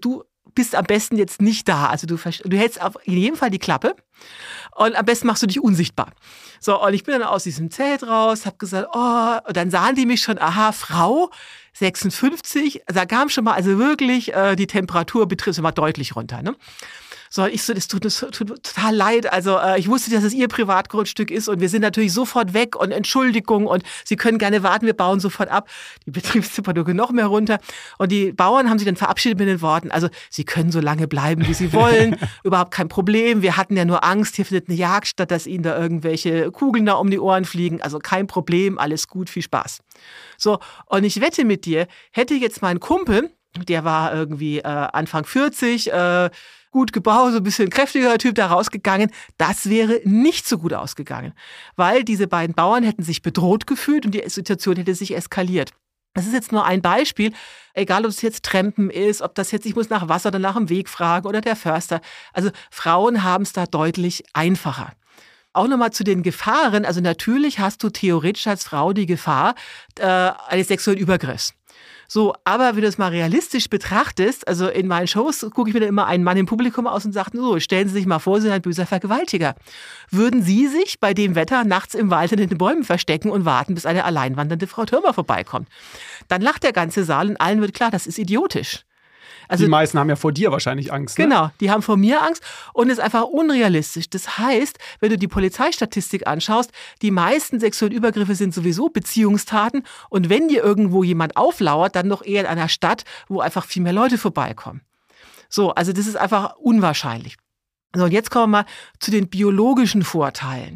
bist am besten jetzt nicht da. Also du, du hältst auf jeden Fall die Klappe und am besten machst du dich unsichtbar. So, und ich bin dann aus diesem Zelt raus, habe gesagt, oh, und dann sahen die mich schon, aha, Frau, sechsundfünfzig, da kam schon mal, also wirklich, äh, die Temperatur betrifft schon mal deutlich runter, ne? So, ich so, das tut, das tut total leid. Also äh, ich wusste, dass es ihr Privatgrundstück ist und wir sind natürlich sofort weg und Entschuldigung und Sie können gerne warten, wir bauen sofort ab. Die Betriebstemperatur noch mehr runter. Und die Bauern haben sich dann verabschiedet mit den Worten, also Sie können so lange bleiben, wie Sie wollen, überhaupt kein Problem. Wir hatten ja nur Angst, hier findet eine Jagd statt, dass Ihnen da irgendwelche Kugeln da um die Ohren fliegen. Also kein Problem, alles gut, viel Spaß. So, und ich wette mit dir, hätte jetzt mein Kumpel, der war irgendwie äh, Anfang vierzig, äh, gut gebaut, so ein bisschen kräftiger Typ da rausgegangen. Das wäre nicht so gut ausgegangen, weil diese beiden Bauern hätten sich bedroht gefühlt und die Situation hätte sich eskaliert. Das ist jetzt nur ein Beispiel, egal ob es jetzt Trampen ist, ob das jetzt, ich muss nach Wasser oder nach dem Weg fragen oder der Förster. Also Frauen haben es da deutlich einfacher. Auch nochmal zu den Gefahren. Also natürlich hast du theoretisch als Frau die Gefahr äh, eines sexuellen Übergriffs. So, aber wenn du es mal realistisch betrachtest, also in meinen Shows gucke ich mir dann immer einen Mann im Publikum aus und sage, so, stellen Sie sich mal vor, Sie sind ein böser Vergewaltiger. Würden Sie sich bei dem Wetter nachts im Wald in den Bäumen verstecken und warten, bis eine alleinwandernde Frau Thürmer vorbeikommt? Dann lacht der ganze Saal und allen wird klar, das ist idiotisch. Also, die meisten haben ja vor dir wahrscheinlich Angst. Ne? Genau, die haben vor mir Angst und es ist einfach unrealistisch. Das heißt, wenn du die Polizeistatistik anschaust, die meisten sexuellen Übergriffe sind sowieso Beziehungstaten und wenn dir irgendwo jemand auflauert, dann doch eher in einer Stadt, wo einfach viel mehr Leute vorbeikommen. So, also das ist einfach unwahrscheinlich. So, und jetzt kommen wir mal zu den biologischen Vorteilen.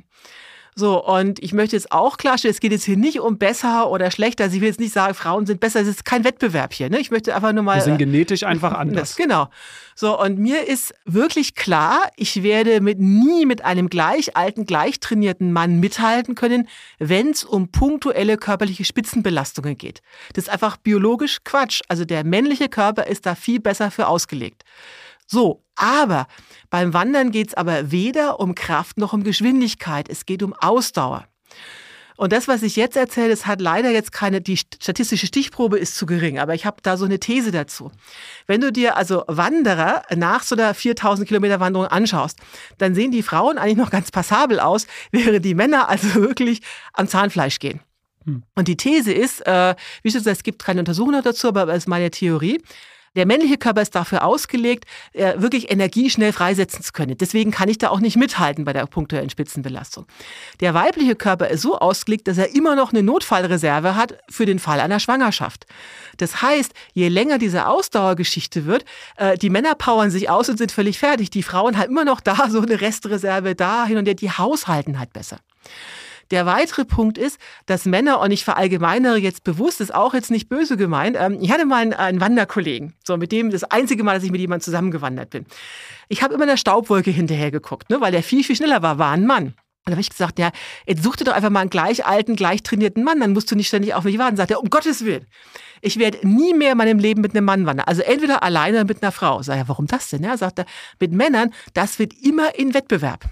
So, und ich möchte jetzt auch klarstellen, es geht jetzt hier nicht um besser oder schlechter. Also ich will jetzt nicht sagen, Frauen sind besser, es ist kein Wettbewerb hier. Ne? Ich möchte einfach nur mal... Wir sind genetisch einfach anders. Genau. So, und mir ist wirklich klar, ich werde mit nie mit einem gleich alten, gleich trainierten Mann mithalten können, wenn es um punktuelle körperliche Spitzenbelastungen geht. Das ist einfach biologisch Quatsch. Also der männliche Körper ist da viel besser für ausgelegt. So, aber beim Wandern geht es aber weder um Kraft noch um Geschwindigkeit. Es geht um Ausdauer. Und das, was ich jetzt erzähle, das hat leider jetzt keine, die statistische Stichprobe ist zu gering, aber ich habe da so eine These dazu. Wenn du dir also Wanderer nach so einer viertausend Kilometer Wanderung anschaust, dann sehen die Frauen eigentlich noch ganz passabel aus, während die Männer also wirklich am Zahnfleisch gehen. Hm. Und die These ist, äh, wie schon gesagt, es gibt keine Untersuchung dazu, aber das ist meine Theorie. Der männliche Körper ist dafür ausgelegt, wirklich Energie schnell freisetzen zu können. Deswegen kann ich da auch nicht mithalten bei der punktuellen Spitzenbelastung. Der weibliche Körper ist so ausgelegt, dass er immer noch eine Notfallreserve hat für den Fall einer Schwangerschaft. Das heißt, je länger diese Ausdauergeschichte wird, die Männer powern sich aus und sind völlig fertig. Die Frauen haben immer noch da so eine Restreserve da hin und her, die haushalten halt besser. Der weitere Punkt ist, dass Männer, und ich verallgemeinere jetzt bewusst, ist auch jetzt nicht böse gemeint, ähm, ich hatte mal einen, einen Wanderkollegen, so mit dem das einzige Mal, dass ich mit jemandem zusammengewandert bin. Ich habe immer einer Staubwolke hinterher geguckt, ne, weil der viel, viel schneller war, war ein Mann. Und da habe ich gesagt, ja, jetzt such dir doch einfach mal einen gleich alten, gleich trainierten Mann, dann musst du nicht ständig auf mich warten. Sagt er, um Gottes Willen, ich werde nie mehr in meinem Leben mit einem Mann wandern. Also entweder alleine oder mit einer Frau. Sag ja, warum das denn? Ja, sagt er, mit Männern, das wird immer in Wettbewerb.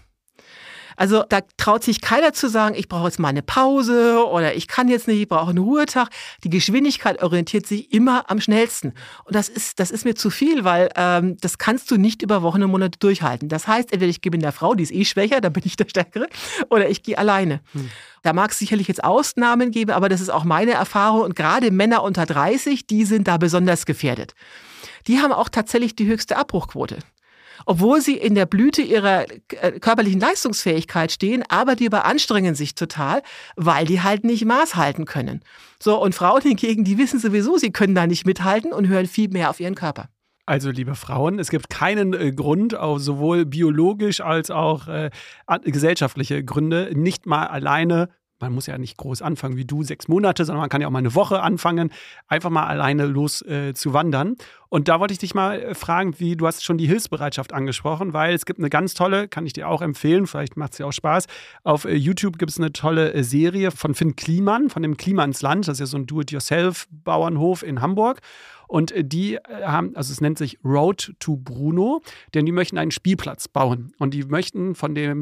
Also da traut sich keiner zu sagen, ich brauche jetzt mal eine Pause oder ich kann jetzt nicht, ich brauche einen Ruhetag. Die Geschwindigkeit orientiert sich immer am schnellsten. Und das ist, das ist mir zu viel, weil ähm, das kannst du nicht über Wochen und Monate durchhalten. Das heißt, entweder ich gehe mit der Frau, die ist eh schwächer, dann bin ich der Stärkere, oder ich gehe alleine. Hm. Da mag es sicherlich jetzt Ausnahmen geben, aber das ist auch meine Erfahrung. Und gerade Männer unter dreißig, die sind da besonders gefährdet. Die haben auch tatsächlich die höchste Abbruchquote. Obwohl sie in der Blüte ihrer körperlichen Leistungsfähigkeit stehen, aber die überanstrengen sich total, weil die halt nicht Maß halten können. So, und Frauen hingegen, die wissen sowieso, sie können da nicht mithalten und hören viel mehr auf ihren Körper. Also, liebe Frauen, es gibt keinen äh, Grund, auch sowohl biologisch als auch äh, gesellschaftliche Gründe, nicht mal alleine. Man muss ja nicht groß anfangen wie du, sechs Monate, sondern man kann ja auch mal eine Woche anfangen, einfach mal alleine los äh, zu wandern. Und da wollte ich dich mal fragen, wie du hast schon die Hilfsbereitschaft angesprochen, weil es gibt eine ganz tolle, kann ich dir auch empfehlen, vielleicht macht es dir auch Spaß, auf äh, YouTube gibt es eine tolle äh, Serie von Finn Kliman, von dem Klimansland, das ist ja so ein Do-it-yourself-Bauernhof in Hamburg. Und die haben, also es nennt sich Road to Bruno, denn die möchten einen Spielplatz bauen. Und die möchten von dem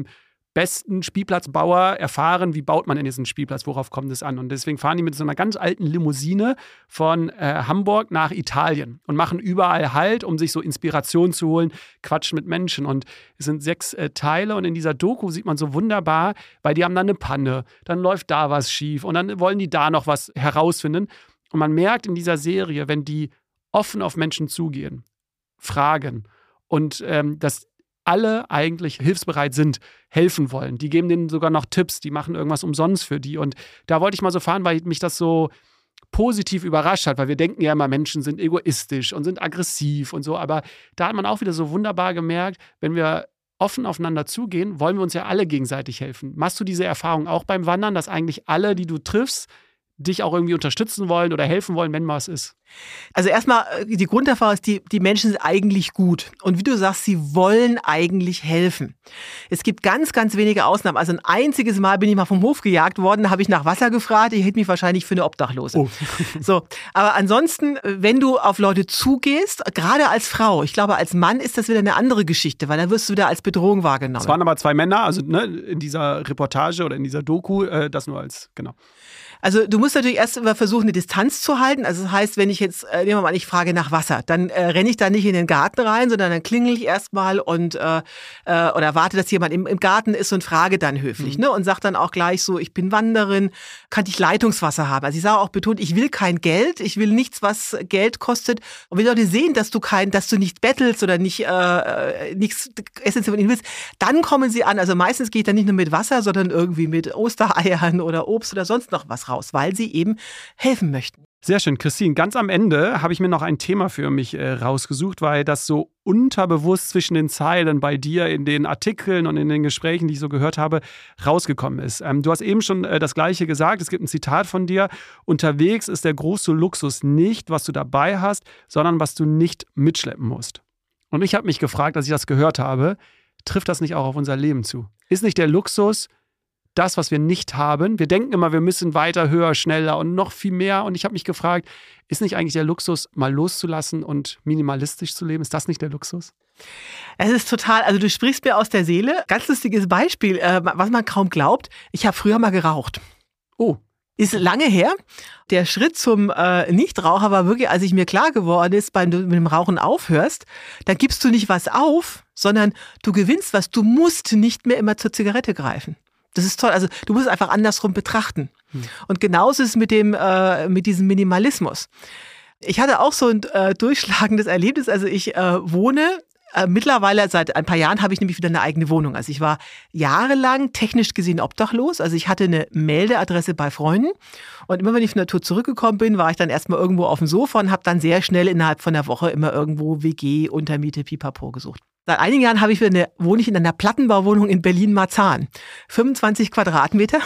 besten Spielplatzbauer erfahren, wie baut man denn diesen Spielplatz, worauf kommt es an. Und deswegen fahren die mit so einer ganz alten Limousine von äh, Hamburg nach Italien und machen überall Halt, um sich so Inspiration zu holen, quatschen mit Menschen. Und es sind sechs äh, Teile und in dieser Doku sieht man so wunderbar, weil die haben dann eine Panne, dann läuft da was schief und dann wollen die da noch was herausfinden. Und man merkt in dieser Serie, wenn die offen auf Menschen zugehen, fragen und ähm, das alle eigentlich hilfsbereit sind, helfen wollen. Die geben denen sogar noch Tipps, die machen irgendwas umsonst für die. Und da wollte ich mal so fahren, weil mich das so positiv überrascht hat, weil wir denken ja immer, Menschen sind egoistisch und sind aggressiv und so. Aber da hat man auch wieder so wunderbar gemerkt, wenn wir offen aufeinander zugehen, wollen wir uns ja alle gegenseitig helfen. Machst du diese Erfahrung auch beim Wandern, dass eigentlich alle, die du triffst, dich auch irgendwie unterstützen wollen oder helfen wollen, wenn was ist? Also erstmal, die Grunderfahrung ist, die, die Menschen sind eigentlich gut. Und wie du sagst, sie wollen eigentlich helfen. Es gibt ganz, ganz wenige Ausnahmen. Also ein einziges Mal bin ich mal vom Hof gejagt worden, da habe ich nach Wasser gefragt, die hielt mich wahrscheinlich für eine Obdachlose. Oh. So, aber ansonsten, wenn du auf Leute zugehst, gerade als Frau, ich glaube, als Mann ist das wieder eine andere Geschichte, weil da wirst du wieder als Bedrohung wahrgenommen. Es waren aber zwei Männer, also ne, in dieser Reportage oder in dieser Doku, äh, das nur als, genau. Also du musst natürlich erst mal versuchen, eine Distanz zu halten. Also das heißt, wenn ich jetzt, äh, nehmen wir mal an, ich frage nach Wasser, dann äh, renne ich da nicht in den Garten rein, sondern dann klingel ich erst mal und äh, äh, oder warte, dass jemand im, im Garten ist und frage dann höflich, mhm. ne? Und sag dann auch gleich so, ich bin Wanderin, kann ich Leitungswasser haben? Also ich sage auch betont, ich will kein Geld, ich will nichts, was Geld kostet. Und wenn Leute sehen, dass du kein, dass du nicht bettelst oder nicht äh, nichts essentiell von ihnen willst, dann kommen sie an. Also meistens gehe ich dann nicht nur mit Wasser, sondern irgendwie mit Ostereiern oder Obst oder sonst noch was raus, weil sie eben helfen möchten. Sehr schön, Christine. Ganz am Ende habe ich mir noch ein Thema für mich äh, rausgesucht, weil das so unterbewusst zwischen den Zeilen bei dir in den Artikeln und in den Gesprächen, die ich so gehört habe, rausgekommen ist. Ähm, du hast eben schon äh, das Gleiche gesagt. Es gibt ein Zitat von dir. Unterwegs ist der große Luxus nicht, was du dabei hast, sondern was du nicht mitschleppen musst. Und ich habe mich gefragt, als ich das gehört habe, trifft das nicht auch auf unser Leben zu? Ist nicht der Luxus das, was wir nicht haben? Wir denken immer, wir müssen weiter, höher, schneller und noch viel mehr. Und ich habe mich gefragt, ist nicht eigentlich der Luxus, mal loszulassen und minimalistisch zu leben? Ist das nicht der Luxus? Es ist total, also du sprichst mir aus der Seele. Ganz lustiges Beispiel, äh, was man kaum glaubt. Ich habe früher mal geraucht. Oh. Ist lange her. Der Schritt zum äh, Nichtraucher war wirklich, als ich mir klar geworden ist, wenn du mit dem Rauchen aufhörst, dann gibst du nicht was auf, sondern du gewinnst was. Du musst nicht mehr immer zur Zigarette greifen. Das ist toll. Also du musst es einfach andersrum betrachten. Hm. Und genauso ist es mit dem, äh, mit diesem Minimalismus. Ich hatte auch so ein äh, durchschlagendes Erlebnis. Also ich äh, wohne äh, mittlerweile, seit ein paar Jahren habe ich nämlich wieder eine eigene Wohnung. Also ich war jahrelang technisch gesehen obdachlos. Also ich hatte eine Meldeadresse bei Freunden. Und immer wenn ich von der Tour zurückgekommen bin, war ich dann erstmal irgendwo auf dem Sofa und habe dann sehr schnell innerhalb von der Woche immer irgendwo W G, Untermiete, Pipapo gesucht. Seit einigen Jahren habe ich eine, wohne ich in einer Plattenbauwohnung in Berlin-Marzahn. fünfundzwanzig Quadratmeter.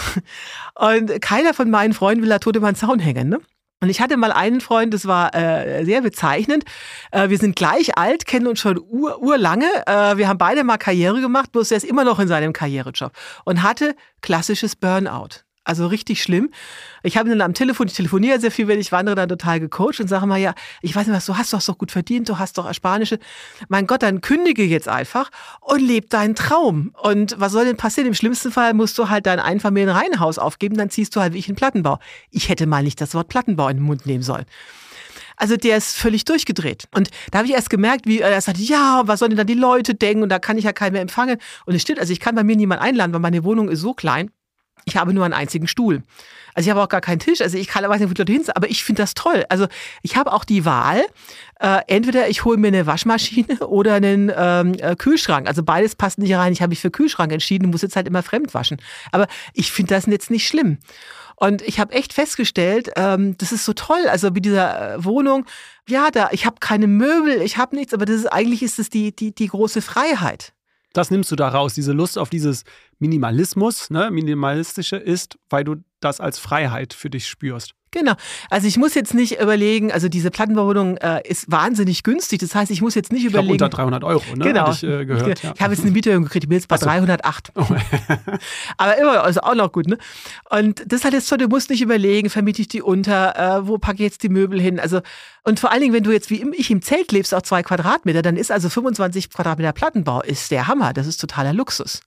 Und keiner von meinen Freunden will da tot über den Zaun hängen, ne? Und ich hatte mal einen Freund, das war äh, sehr bezeichnend. Äh, wir sind gleich alt, kennen uns schon ur, urlange. Äh, wir haben beide mal Karriere gemacht, bloß er ist immer noch in seinem Karrierejob. Und hatte klassisches Burnout. Also richtig schlimm. Ich habe ihn dann am Telefon, ich telefoniere sehr viel, wenn ich wandere, dann total gecoacht und sage mal, ja, ich weiß nicht was, du hast doch so gut verdient, du hast doch Ersparnisse. Mein Gott, dann kündige jetzt einfach und leb deinen Traum. Und was soll denn passieren? Im schlimmsten Fall musst du halt dein Einfamilienreihenhaus aufgeben, dann ziehst du halt wie ich in Plattenbau. Ich hätte mal nicht das Wort Plattenbau in den Mund nehmen sollen. Also der ist völlig durchgedreht. Und da habe ich erst gemerkt, wie er sagte, ja, was sollen denn dann die Leute denken? Und da kann ich ja keinen mehr empfangen. Und es stimmt, also ich kann bei mir niemanden einladen, weil meine Wohnung ist so klein. Ich habe nur einen einzigen Stuhl. Also ich habe auch gar keinen Tisch. Also ich kann aber nicht, wo die Leute hin sind, aber ich finde das toll. Also ich habe auch die Wahl, äh, entweder ich hole mir eine Waschmaschine oder einen ähm, äh, Kühlschrank. Also beides passt nicht rein. Ich habe mich für Kühlschrank entschieden und muss jetzt halt immer fremd waschen. Aber ich finde das jetzt nicht schlimm. Und ich habe echt festgestellt, ähm, das ist so toll. Also mit dieser äh, Wohnung, ja, da ich habe keine Möbel, ich habe nichts, aber das ist eigentlich ist es die die die große Freiheit. Das nimmst du da raus, diese Lust auf dieses Minimalismus, ne, minimalistische ist, weil du das als Freiheit für dich spürst. Genau. Also ich muss jetzt nicht überlegen, also diese Plattenbauwohnung äh, ist wahnsinnig günstig. Das heißt, ich muss jetzt nicht ich überlegen. Ich glaube unter dreihundert Euro, ne? Genau. Habe ich äh, gehört. Ich, ja. ich habe jetzt eine Mieterhöhung gekriegt, ich bin jetzt bei so. dreihundertacht. Oh. Aber immer, also auch noch gut, ne? Und das ist halt jetzt so, du musst nicht überlegen, vermiete ich die unter, äh, wo packe ich jetzt die Möbel hin? Also, und vor allen Dingen, wenn du jetzt wie ich im Zelt lebst, auf zwei Quadratmeter, dann ist also fünfundzwanzig Quadratmeter Plattenbau, ist der Hammer. Das ist totaler Luxus.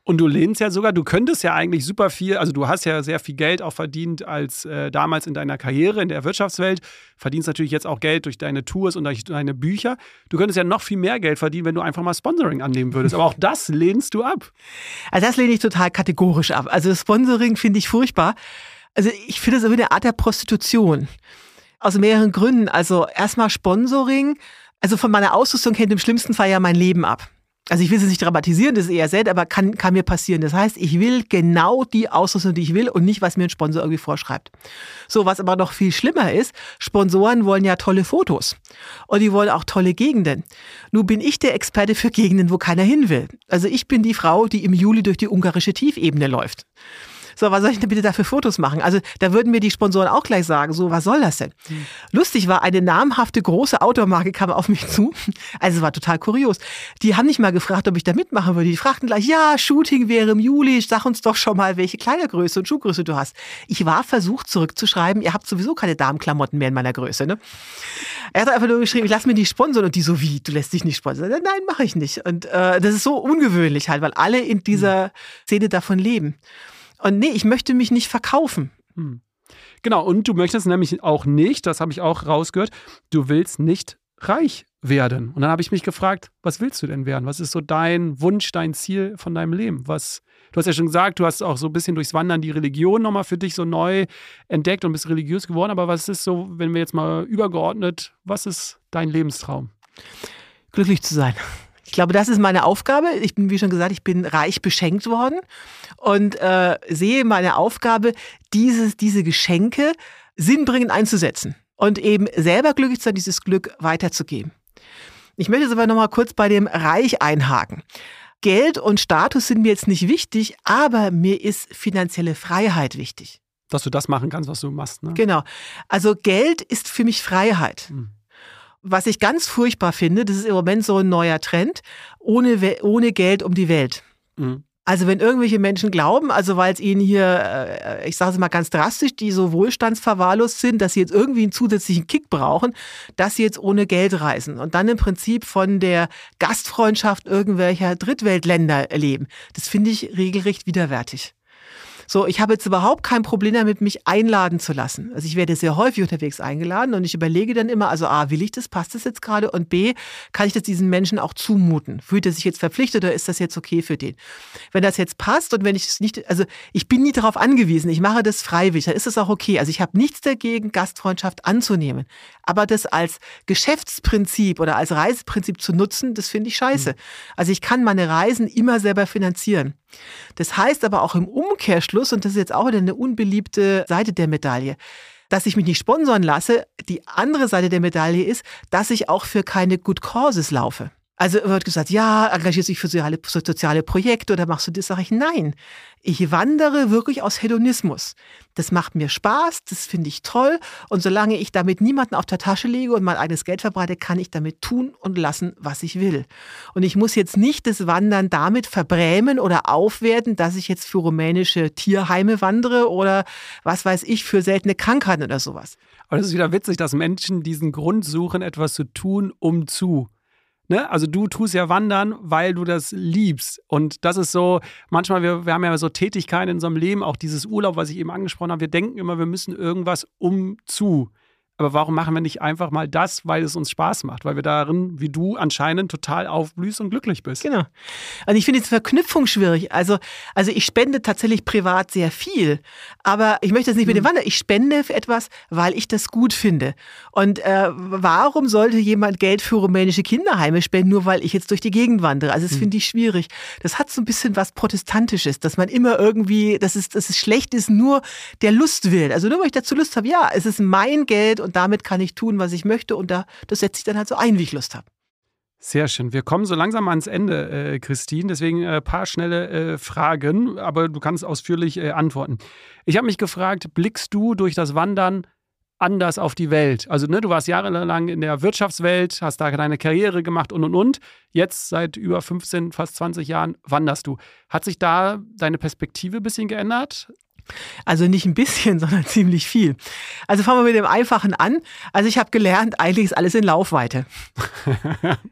Und du lehnst ja sogar, du könntest ja eigentlich super viel, also du hast ja sehr viel Geld auch verdient als äh, damals in deiner Karriere in der Wirtschaftswelt, verdienst natürlich jetzt auch Geld durch deine Tours und durch deine Bücher. Du könntest ja noch viel mehr Geld verdienen, wenn du einfach mal Sponsoring annehmen würdest. Aber auch das lehnst du ab. Also das lehne ich total kategorisch ab. Also Sponsoring finde ich furchtbar. Also ich finde das irgendwie eine Art der Prostitution. Aus mehreren Gründen. Also erstmal Sponsoring, also von meiner Ausrüstung hängt im schlimmsten Fall ja mein Leben ab. Also ich will es nicht dramatisieren, das ist eher selten, aber kann, kann mir passieren. Das heißt, ich will genau die Ausrüstung, die ich will und nicht, was mir ein Sponsor irgendwie vorschreibt. So, was aber noch viel schlimmer ist, Sponsoren wollen ja tolle Fotos und die wollen auch tolle Gegenden. Nun bin ich der Experte für Gegenden, wo keiner hin will. Also ich bin die Frau, die im Juli durch die ungarische Tiefebene läuft. So, was soll ich denn bitte da für Fotos machen? Also da würden mir die Sponsoren auch gleich sagen, so, was soll das denn? Mhm. Lustig war, eine namhafte große Outdoor-Marke kam auf mich zu. Also es war total kurios. Die haben nicht mal gefragt, ob ich da mitmachen würde. Die fragten gleich, ja, Shooting wäre im Juli, sag uns doch schon mal, welche Kleidergröße und Schuhgröße du hast. Ich war versucht zurückzuschreiben, ihr habt sowieso keine Damenklamotten mehr in meiner Größe. Ne? Er hat einfach nur geschrieben, ich lass mir die sponsoren. Und die so, wie, du lässt dich nicht sponsern? Nein, mache ich nicht. Und äh, das ist so ungewöhnlich halt, weil alle in dieser Szene davon leben. Und nee, ich möchte mich nicht verkaufen. Hm. Genau, und du möchtest nämlich auch nicht, das habe ich auch rausgehört, du willst nicht reich werden. Und dann habe ich mich gefragt, was willst du denn werden? Was ist so dein Wunsch, dein Ziel von deinem Leben? Was, du hast ja schon gesagt, du hast auch so ein bisschen durchs Wandern die Religion nochmal für dich so neu entdeckt und bist religiös geworden. Aber was ist so, wenn wir jetzt mal übergeordnet, was ist dein Lebenstraum? Glücklich zu sein. Ich glaube, das ist meine Aufgabe. Ich bin, wie schon gesagt, ich bin reich beschenkt worden und äh, sehe meine Aufgabe, dieses, diese Geschenke sinnbringend einzusetzen und eben selber glücklich zu sein, dieses Glück weiterzugeben. Ich möchte jetzt aber noch mal kurz bei dem Reich einhaken. Geld und Status sind mir jetzt nicht wichtig, aber mir ist finanzielle Freiheit wichtig. Dass du das machen kannst, was du machst, ne? Genau. Also Geld ist für mich Freiheit. Hm. Was ich ganz furchtbar finde, das ist im Moment so ein neuer Trend, ohne, ohne Geld um die Welt. Mhm. Also wenn irgendwelche Menschen glauben, also weil es ihnen hier, ich sage es mal ganz drastisch, die so wohlstandsverwahrlost sind, dass sie jetzt irgendwie einen zusätzlichen Kick brauchen, dass sie jetzt ohne Geld reisen und dann im Prinzip von der Gastfreundschaft irgendwelcher Drittweltländer erleben. Das finde ich regelrecht widerwärtig. So, ich habe jetzt überhaupt kein Problem damit, mich einladen zu lassen. Also ich werde sehr häufig unterwegs eingeladen und ich überlege dann immer, also A, will ich das, passt das jetzt gerade? Und B, kann ich das diesen Menschen auch zumuten? Fühlt er sich jetzt verpflichtet oder ist das jetzt okay für den? Wenn das jetzt passt und wenn ich es nicht, also ich bin nie darauf angewiesen, ich mache das freiwillig, dann ist es auch okay. Also ich habe nichts dagegen, Gastfreundschaft anzunehmen. Aber das als Geschäftsprinzip oder als Reiseprinzip zu nutzen, das finde ich scheiße. Mhm. Also ich kann meine Reisen immer selber finanzieren. Das heißt aber auch im Umkehrschluss, und das ist jetzt auch wieder eine unbeliebte Seite der Medaille, dass ich mich nicht sponsoren lasse. Die andere Seite der Medaille ist, dass ich auch für keine Good Causes laufe. Also wird gesagt, ja, engagierst du dich für soziale, soziale Projekte oder machst du das? Sage ich, nein. Ich wandere wirklich aus Hedonismus. Das macht mir Spaß, das finde ich toll. Und solange ich damit niemanden auf der Tasche lege und mein eigenes Geld verbreite, kann ich damit tun und lassen, was ich will. Und ich muss jetzt nicht das Wandern damit verbrämen oder aufwerten, dass ich jetzt für rumänische Tierheime wandere oder was weiß ich, für seltene Krankheiten oder sowas. Aber das ist wieder witzig, dass Menschen diesen Grund suchen, etwas zu tun, um zu. Ne? Also du tust ja Wandern, weil du das liebst. Und das ist so, manchmal, wir, wir haben ja so Tätigkeiten in unserem Leben, auch dieses Urlaub, was ich eben angesprochen habe, wir denken immer, wir müssen irgendwas um zu. Aber warum machen wir nicht einfach mal das, weil es uns Spaß macht? Weil wir darin, wie du, anscheinend total aufblühst und glücklich bist. Genau. Also ich finde die Verknüpfung schwierig. Also, also ich spende tatsächlich privat sehr viel. Aber ich möchte das nicht mit dem Wandern. Ich spende für etwas, weil ich das gut finde. Und äh, warum sollte jemand Geld für rumänische Kinderheime spenden, nur weil ich jetzt durch die Gegend wandere? Also das mhm. finde ich schwierig. Das hat so ein bisschen was Protestantisches, dass man immer irgendwie, dass es, dass es schlecht ist, nur der Lust willen. Also nur weil ich dazu Lust habe, ja, es ist mein Geld und damit kann ich tun, was ich möchte und da, das setze ich dann halt so ein, wie ich Lust habe. Sehr schön. Wir kommen so langsam ans Ende, äh, Christine, deswegen ein äh, paar schnelle äh, Fragen, aber du kannst ausführlich äh, antworten. Ich habe mich gefragt, blickst du durch das Wandern anders auf die Welt? Also ne, du warst jahrelang in der Wirtschaftswelt, hast da deine Karriere gemacht und und und. Jetzt seit über fünfzehn, fast zwanzig Jahren wanderst du. Hat sich da deine Perspektive ein bisschen geändert? Also nicht ein bisschen, sondern ziemlich viel. Also fangen wir mit dem Einfachen an. Also ich habe gelernt, eigentlich ist alles in Laufweite.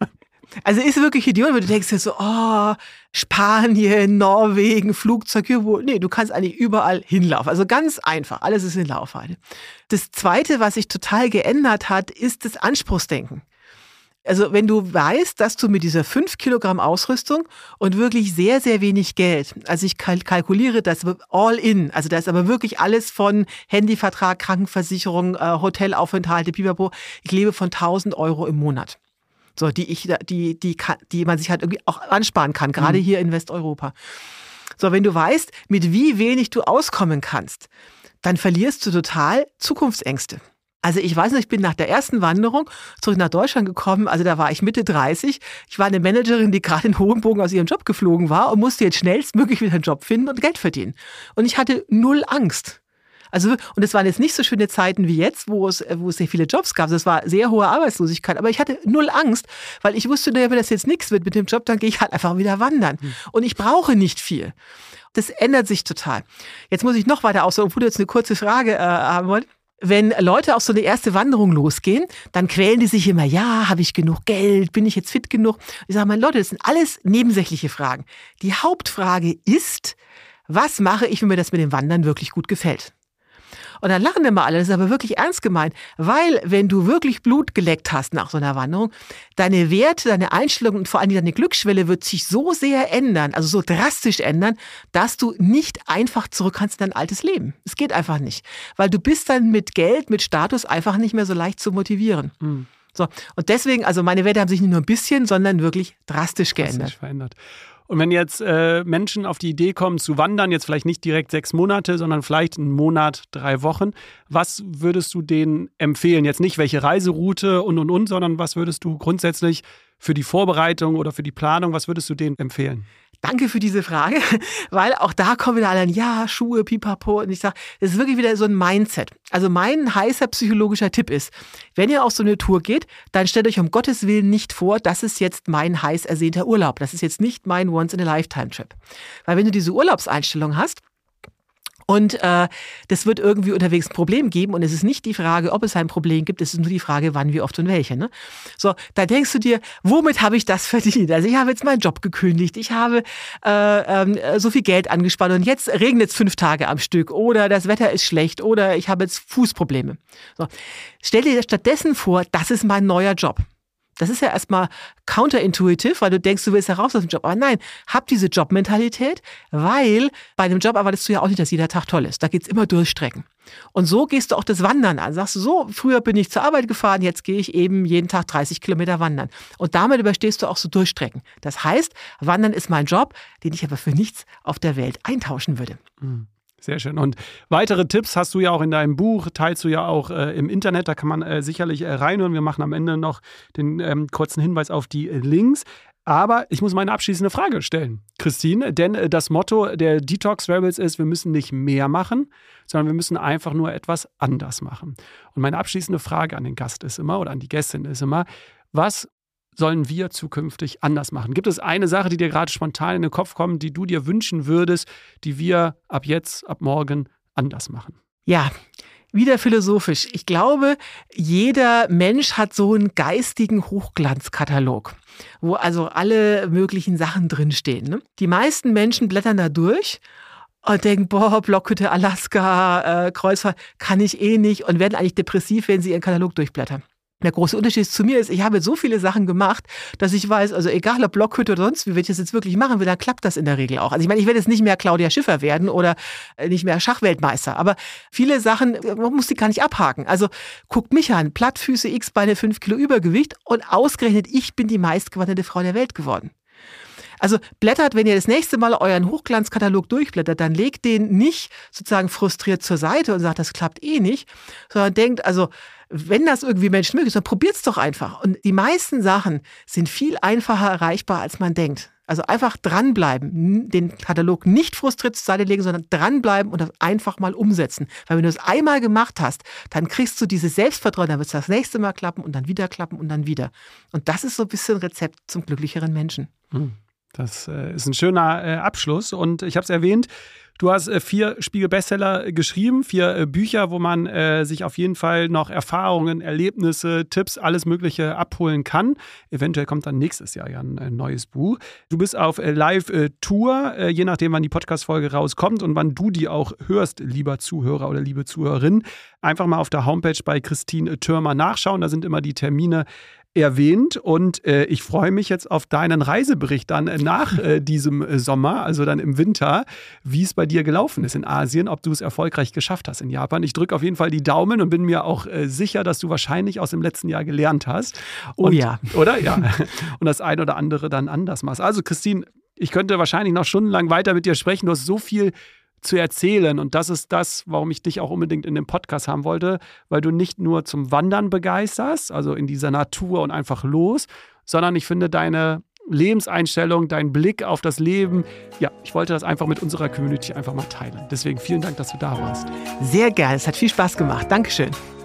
Also ist wirklich Idiot, weil du denkst dir so, oh, Spanien, Norwegen, Flugzeug, wo. Nee, du kannst eigentlich überall hinlaufen. Also ganz einfach, alles ist in Laufweite. Das Zweite, was sich total geändert hat, ist das Anspruchsdenken. Also wenn du weißt, dass du mit dieser fünf Kilogramm Ausrüstung und wirklich sehr, sehr wenig Geld, also ich kalk- kalkuliere das all in, also da ist aber wirklich alles von Handyvertrag, Krankenversicherung, äh, Hotelaufenthalte, pipapo, ich lebe von tausend Euro im Monat. So, die ich, die, die, die man sich halt irgendwie auch ansparen kann, gerade mhm. hier in Westeuropa. So, wenn du weißt, mit wie wenig du auskommen kannst, dann verlierst du total Zukunftsängste. Also ich weiß noch, ich bin nach der ersten Wanderung zurück nach Deutschland gekommen, also da war ich Mitte dreißig. Ich war eine Managerin, die gerade in Hohenbogen aus ihrem Job geflogen war und musste jetzt schnellstmöglich wieder einen Job finden und Geld verdienen. Und ich hatte null Angst. Also, und es waren jetzt nicht so schöne Zeiten wie jetzt, wo es, wo es sehr viele Jobs gab. Es war sehr hohe Arbeitslosigkeit, aber ich hatte null Angst, weil ich wusste, wenn das jetzt nichts wird mit dem Job, dann gehe ich halt einfach wieder wandern. Mhm. Und ich brauche nicht viel. Das ändert sich total. Jetzt muss ich noch weiter ausholen, obwohl du jetzt eine kurze Frage äh, haben wollt. Wenn Leute auf so eine erste Wanderung losgehen, dann quälen die sich immer, ja, habe ich genug Geld, bin ich jetzt fit genug? Ich sage mal, Leute, das sind alles nebensächliche Fragen. Die Hauptfrage ist, was mache ich, wenn mir das mit dem Wandern wirklich gut gefällt? Und dann lachen immer alle, das ist aber wirklich ernst gemeint, weil wenn du wirklich Blut geleckt hast nach so einer Wanderung, deine Werte, deine Einstellung und vor allem deine Glücksschwelle wird sich so sehr ändern, also so drastisch ändern, dass du nicht einfach zurück kannst in dein altes Leben. Es geht einfach nicht, weil du bist dann mit Geld, mit Status einfach nicht mehr so leicht zu motivieren. Mhm. So, und deswegen, also meine Werte haben sich nicht nur ein bisschen, sondern wirklich drastisch geändert. Drastisch verändert. Und wenn jetzt äh, Menschen auf die Idee kommen zu wandern, jetzt vielleicht nicht direkt sechs Monate, sondern vielleicht einen Monat, drei Wochen, was würdest du denen empfehlen? Jetzt nicht welche Reiseroute und, und, und, sondern was würdest du grundsätzlich für die Vorbereitung oder für die Planung, was würdest du denen empfehlen? Danke für diese Frage, weil auch da kommen wieder alle an, ja, Schuhe, pipapo. Und ich sage, das ist wirklich wieder so ein Mindset. Also mein heißer psychologischer Tipp ist, wenn ihr auf so eine Tour geht, dann stellt euch um Gottes Willen nicht vor, das ist jetzt mein heiß ersehnter Urlaub. Das ist jetzt nicht mein Once-in-a-Lifetime-Trip. Weil wenn du diese Urlaubseinstellung hast, und äh, das wird irgendwie unterwegs ein Problem geben. Und es ist nicht die Frage, ob es ein Problem gibt, es ist nur die Frage, wann, wie oft und welche. Ne? So, da denkst du dir, womit habe ich das verdient? Also ich habe jetzt meinen Job gekündigt, ich habe äh, äh, so viel Geld angespart und jetzt regnet es fünf Tage am Stück oder das Wetter ist schlecht oder ich habe jetzt Fußprobleme. So, stell dir stattdessen vor, das ist mein neuer Job. Das ist ja erstmal counterintuitive, weil du denkst, du willst ja raus aus dem Job. Aber nein, hab diese Jobmentalität, weil bei einem Job erwartest du ja auch nicht, dass jeder Tag toll ist. Da geht's immer Durchstrecken. Und so gehst du auch das Wandern an. Sagst du so, früher bin ich zur Arbeit gefahren, jetzt gehe ich eben jeden Tag dreißig Kilometer wandern. Und damit überstehst du auch so Durchstrecken. Das heißt, Wandern ist mein Job, den ich aber für nichts auf der Welt eintauschen würde. Mhm. Sehr schön. Und weitere Tipps hast du ja auch in deinem Buch, teilst du ja auch äh, im Internet, da kann man äh, sicherlich äh, reinhören. Wir machen am Ende noch den ähm, kurzen Hinweis auf die äh, Links. Aber ich muss meine abschließende Frage stellen, Christine, denn äh, das Motto der Detox Rebels ist, wir müssen nicht mehr machen, sondern wir müssen einfach nur etwas anders machen. Und meine abschließende Frage an den Gast ist immer, oder an die Gästin ist immer, was sollen wir zukünftig anders machen? Gibt es eine Sache, die dir gerade spontan in den Kopf kommt, die du dir wünschen würdest, die wir ab jetzt, ab morgen anders machen? Ja, wieder philosophisch. Ich glaube, jeder Mensch hat so einen geistigen Hochglanzkatalog, wo also alle möglichen Sachen drinstehen. Ne? Die meisten Menschen blättern da durch und denken, boah, Blockhütte, Alaska, äh, Kreuzfahrt, kann ich eh nicht und werden eigentlich depressiv, wenn sie ihren Katalog durchblättern. Der große Unterschied zu mir ist, ich habe so viele Sachen gemacht, dass ich weiß, also egal ob Blockhütte oder sonst wie, wenn ich das jetzt wirklich machen will, dann klappt das in der Regel auch. Also ich meine, ich werde jetzt nicht mehr Claudia Schiffer werden oder nicht mehr Schachweltmeister, aber viele Sachen, man muss die gar nicht abhaken. Also guckt mich an, Plattfüße, X-Beine, fünf Kilo Übergewicht und ausgerechnet ich bin die meistgewanderte Frau der Welt geworden. Also blättert, wenn ihr das nächste Mal euren Hochglanzkatalog durchblättert, dann legt den nicht sozusagen frustriert zur Seite und sagt, das klappt eh nicht, sondern denkt, also wenn das irgendwie Menschen möglich ist, dann probiert's doch einfach. Und die meisten Sachen sind viel einfacher erreichbar, als man denkt. Also einfach dranbleiben, den Katalog nicht frustriert zur Seite legen, sondern dranbleiben und das einfach mal umsetzen. Weil wenn du es einmal gemacht hast, dann kriegst du dieses Selbstvertrauen, dann wird es das nächste Mal klappen und dann wieder klappen und dann wieder. Und das ist so ein bisschen Rezept zum glücklicheren Menschen. Das äh, ist ein schöner äh, Abschluss und ich habe es erwähnt, Du hast äh, vier Spiegel-Bestseller geschrieben, vier äh, Bücher, wo man äh, sich auf jeden Fall noch Erfahrungen, Erlebnisse, Tipps, alles Mögliche abholen kann. Eventuell kommt dann nächstes Jahr ja ein, ein neues Buch. Du bist auf äh, Live-Tour, äh, je nachdem, wann die Podcast-Folge rauskommt und wann du die auch hörst, lieber Zuhörer oder liebe Zuhörerin. Einfach mal auf der Homepage bei Christine Thürmer nachschauen, da sind immer die Termine erwähnt und äh, ich freue mich jetzt auf deinen Reisebericht dann äh, nach äh, diesem äh, Sommer, also dann im Winter, wie es bei dir gelaufen ist in Asien, ob du es erfolgreich geschafft hast in Japan. Ich drücke auf jeden Fall die Daumen und bin mir auch äh, sicher, dass du wahrscheinlich aus dem letzten Jahr gelernt hast. Und, oh ja. Oder? Ja. Und das ein oder andere dann anders machst. Also Christine, ich könnte wahrscheinlich noch stundenlang weiter mit dir sprechen. Du hast so viel zu erzählen. Und das ist das, warum ich dich auch unbedingt in dem Podcast haben wollte, weil du nicht nur zum Wandern begeisterst, also in dieser Natur und einfach los, sondern ich finde deine Lebenseinstellung, dein Blick auf das Leben, ja, ich wollte das einfach mit unserer Community einfach mal teilen. Deswegen vielen Dank, dass du da warst. Sehr gerne, es hat viel Spaß gemacht. Dankeschön.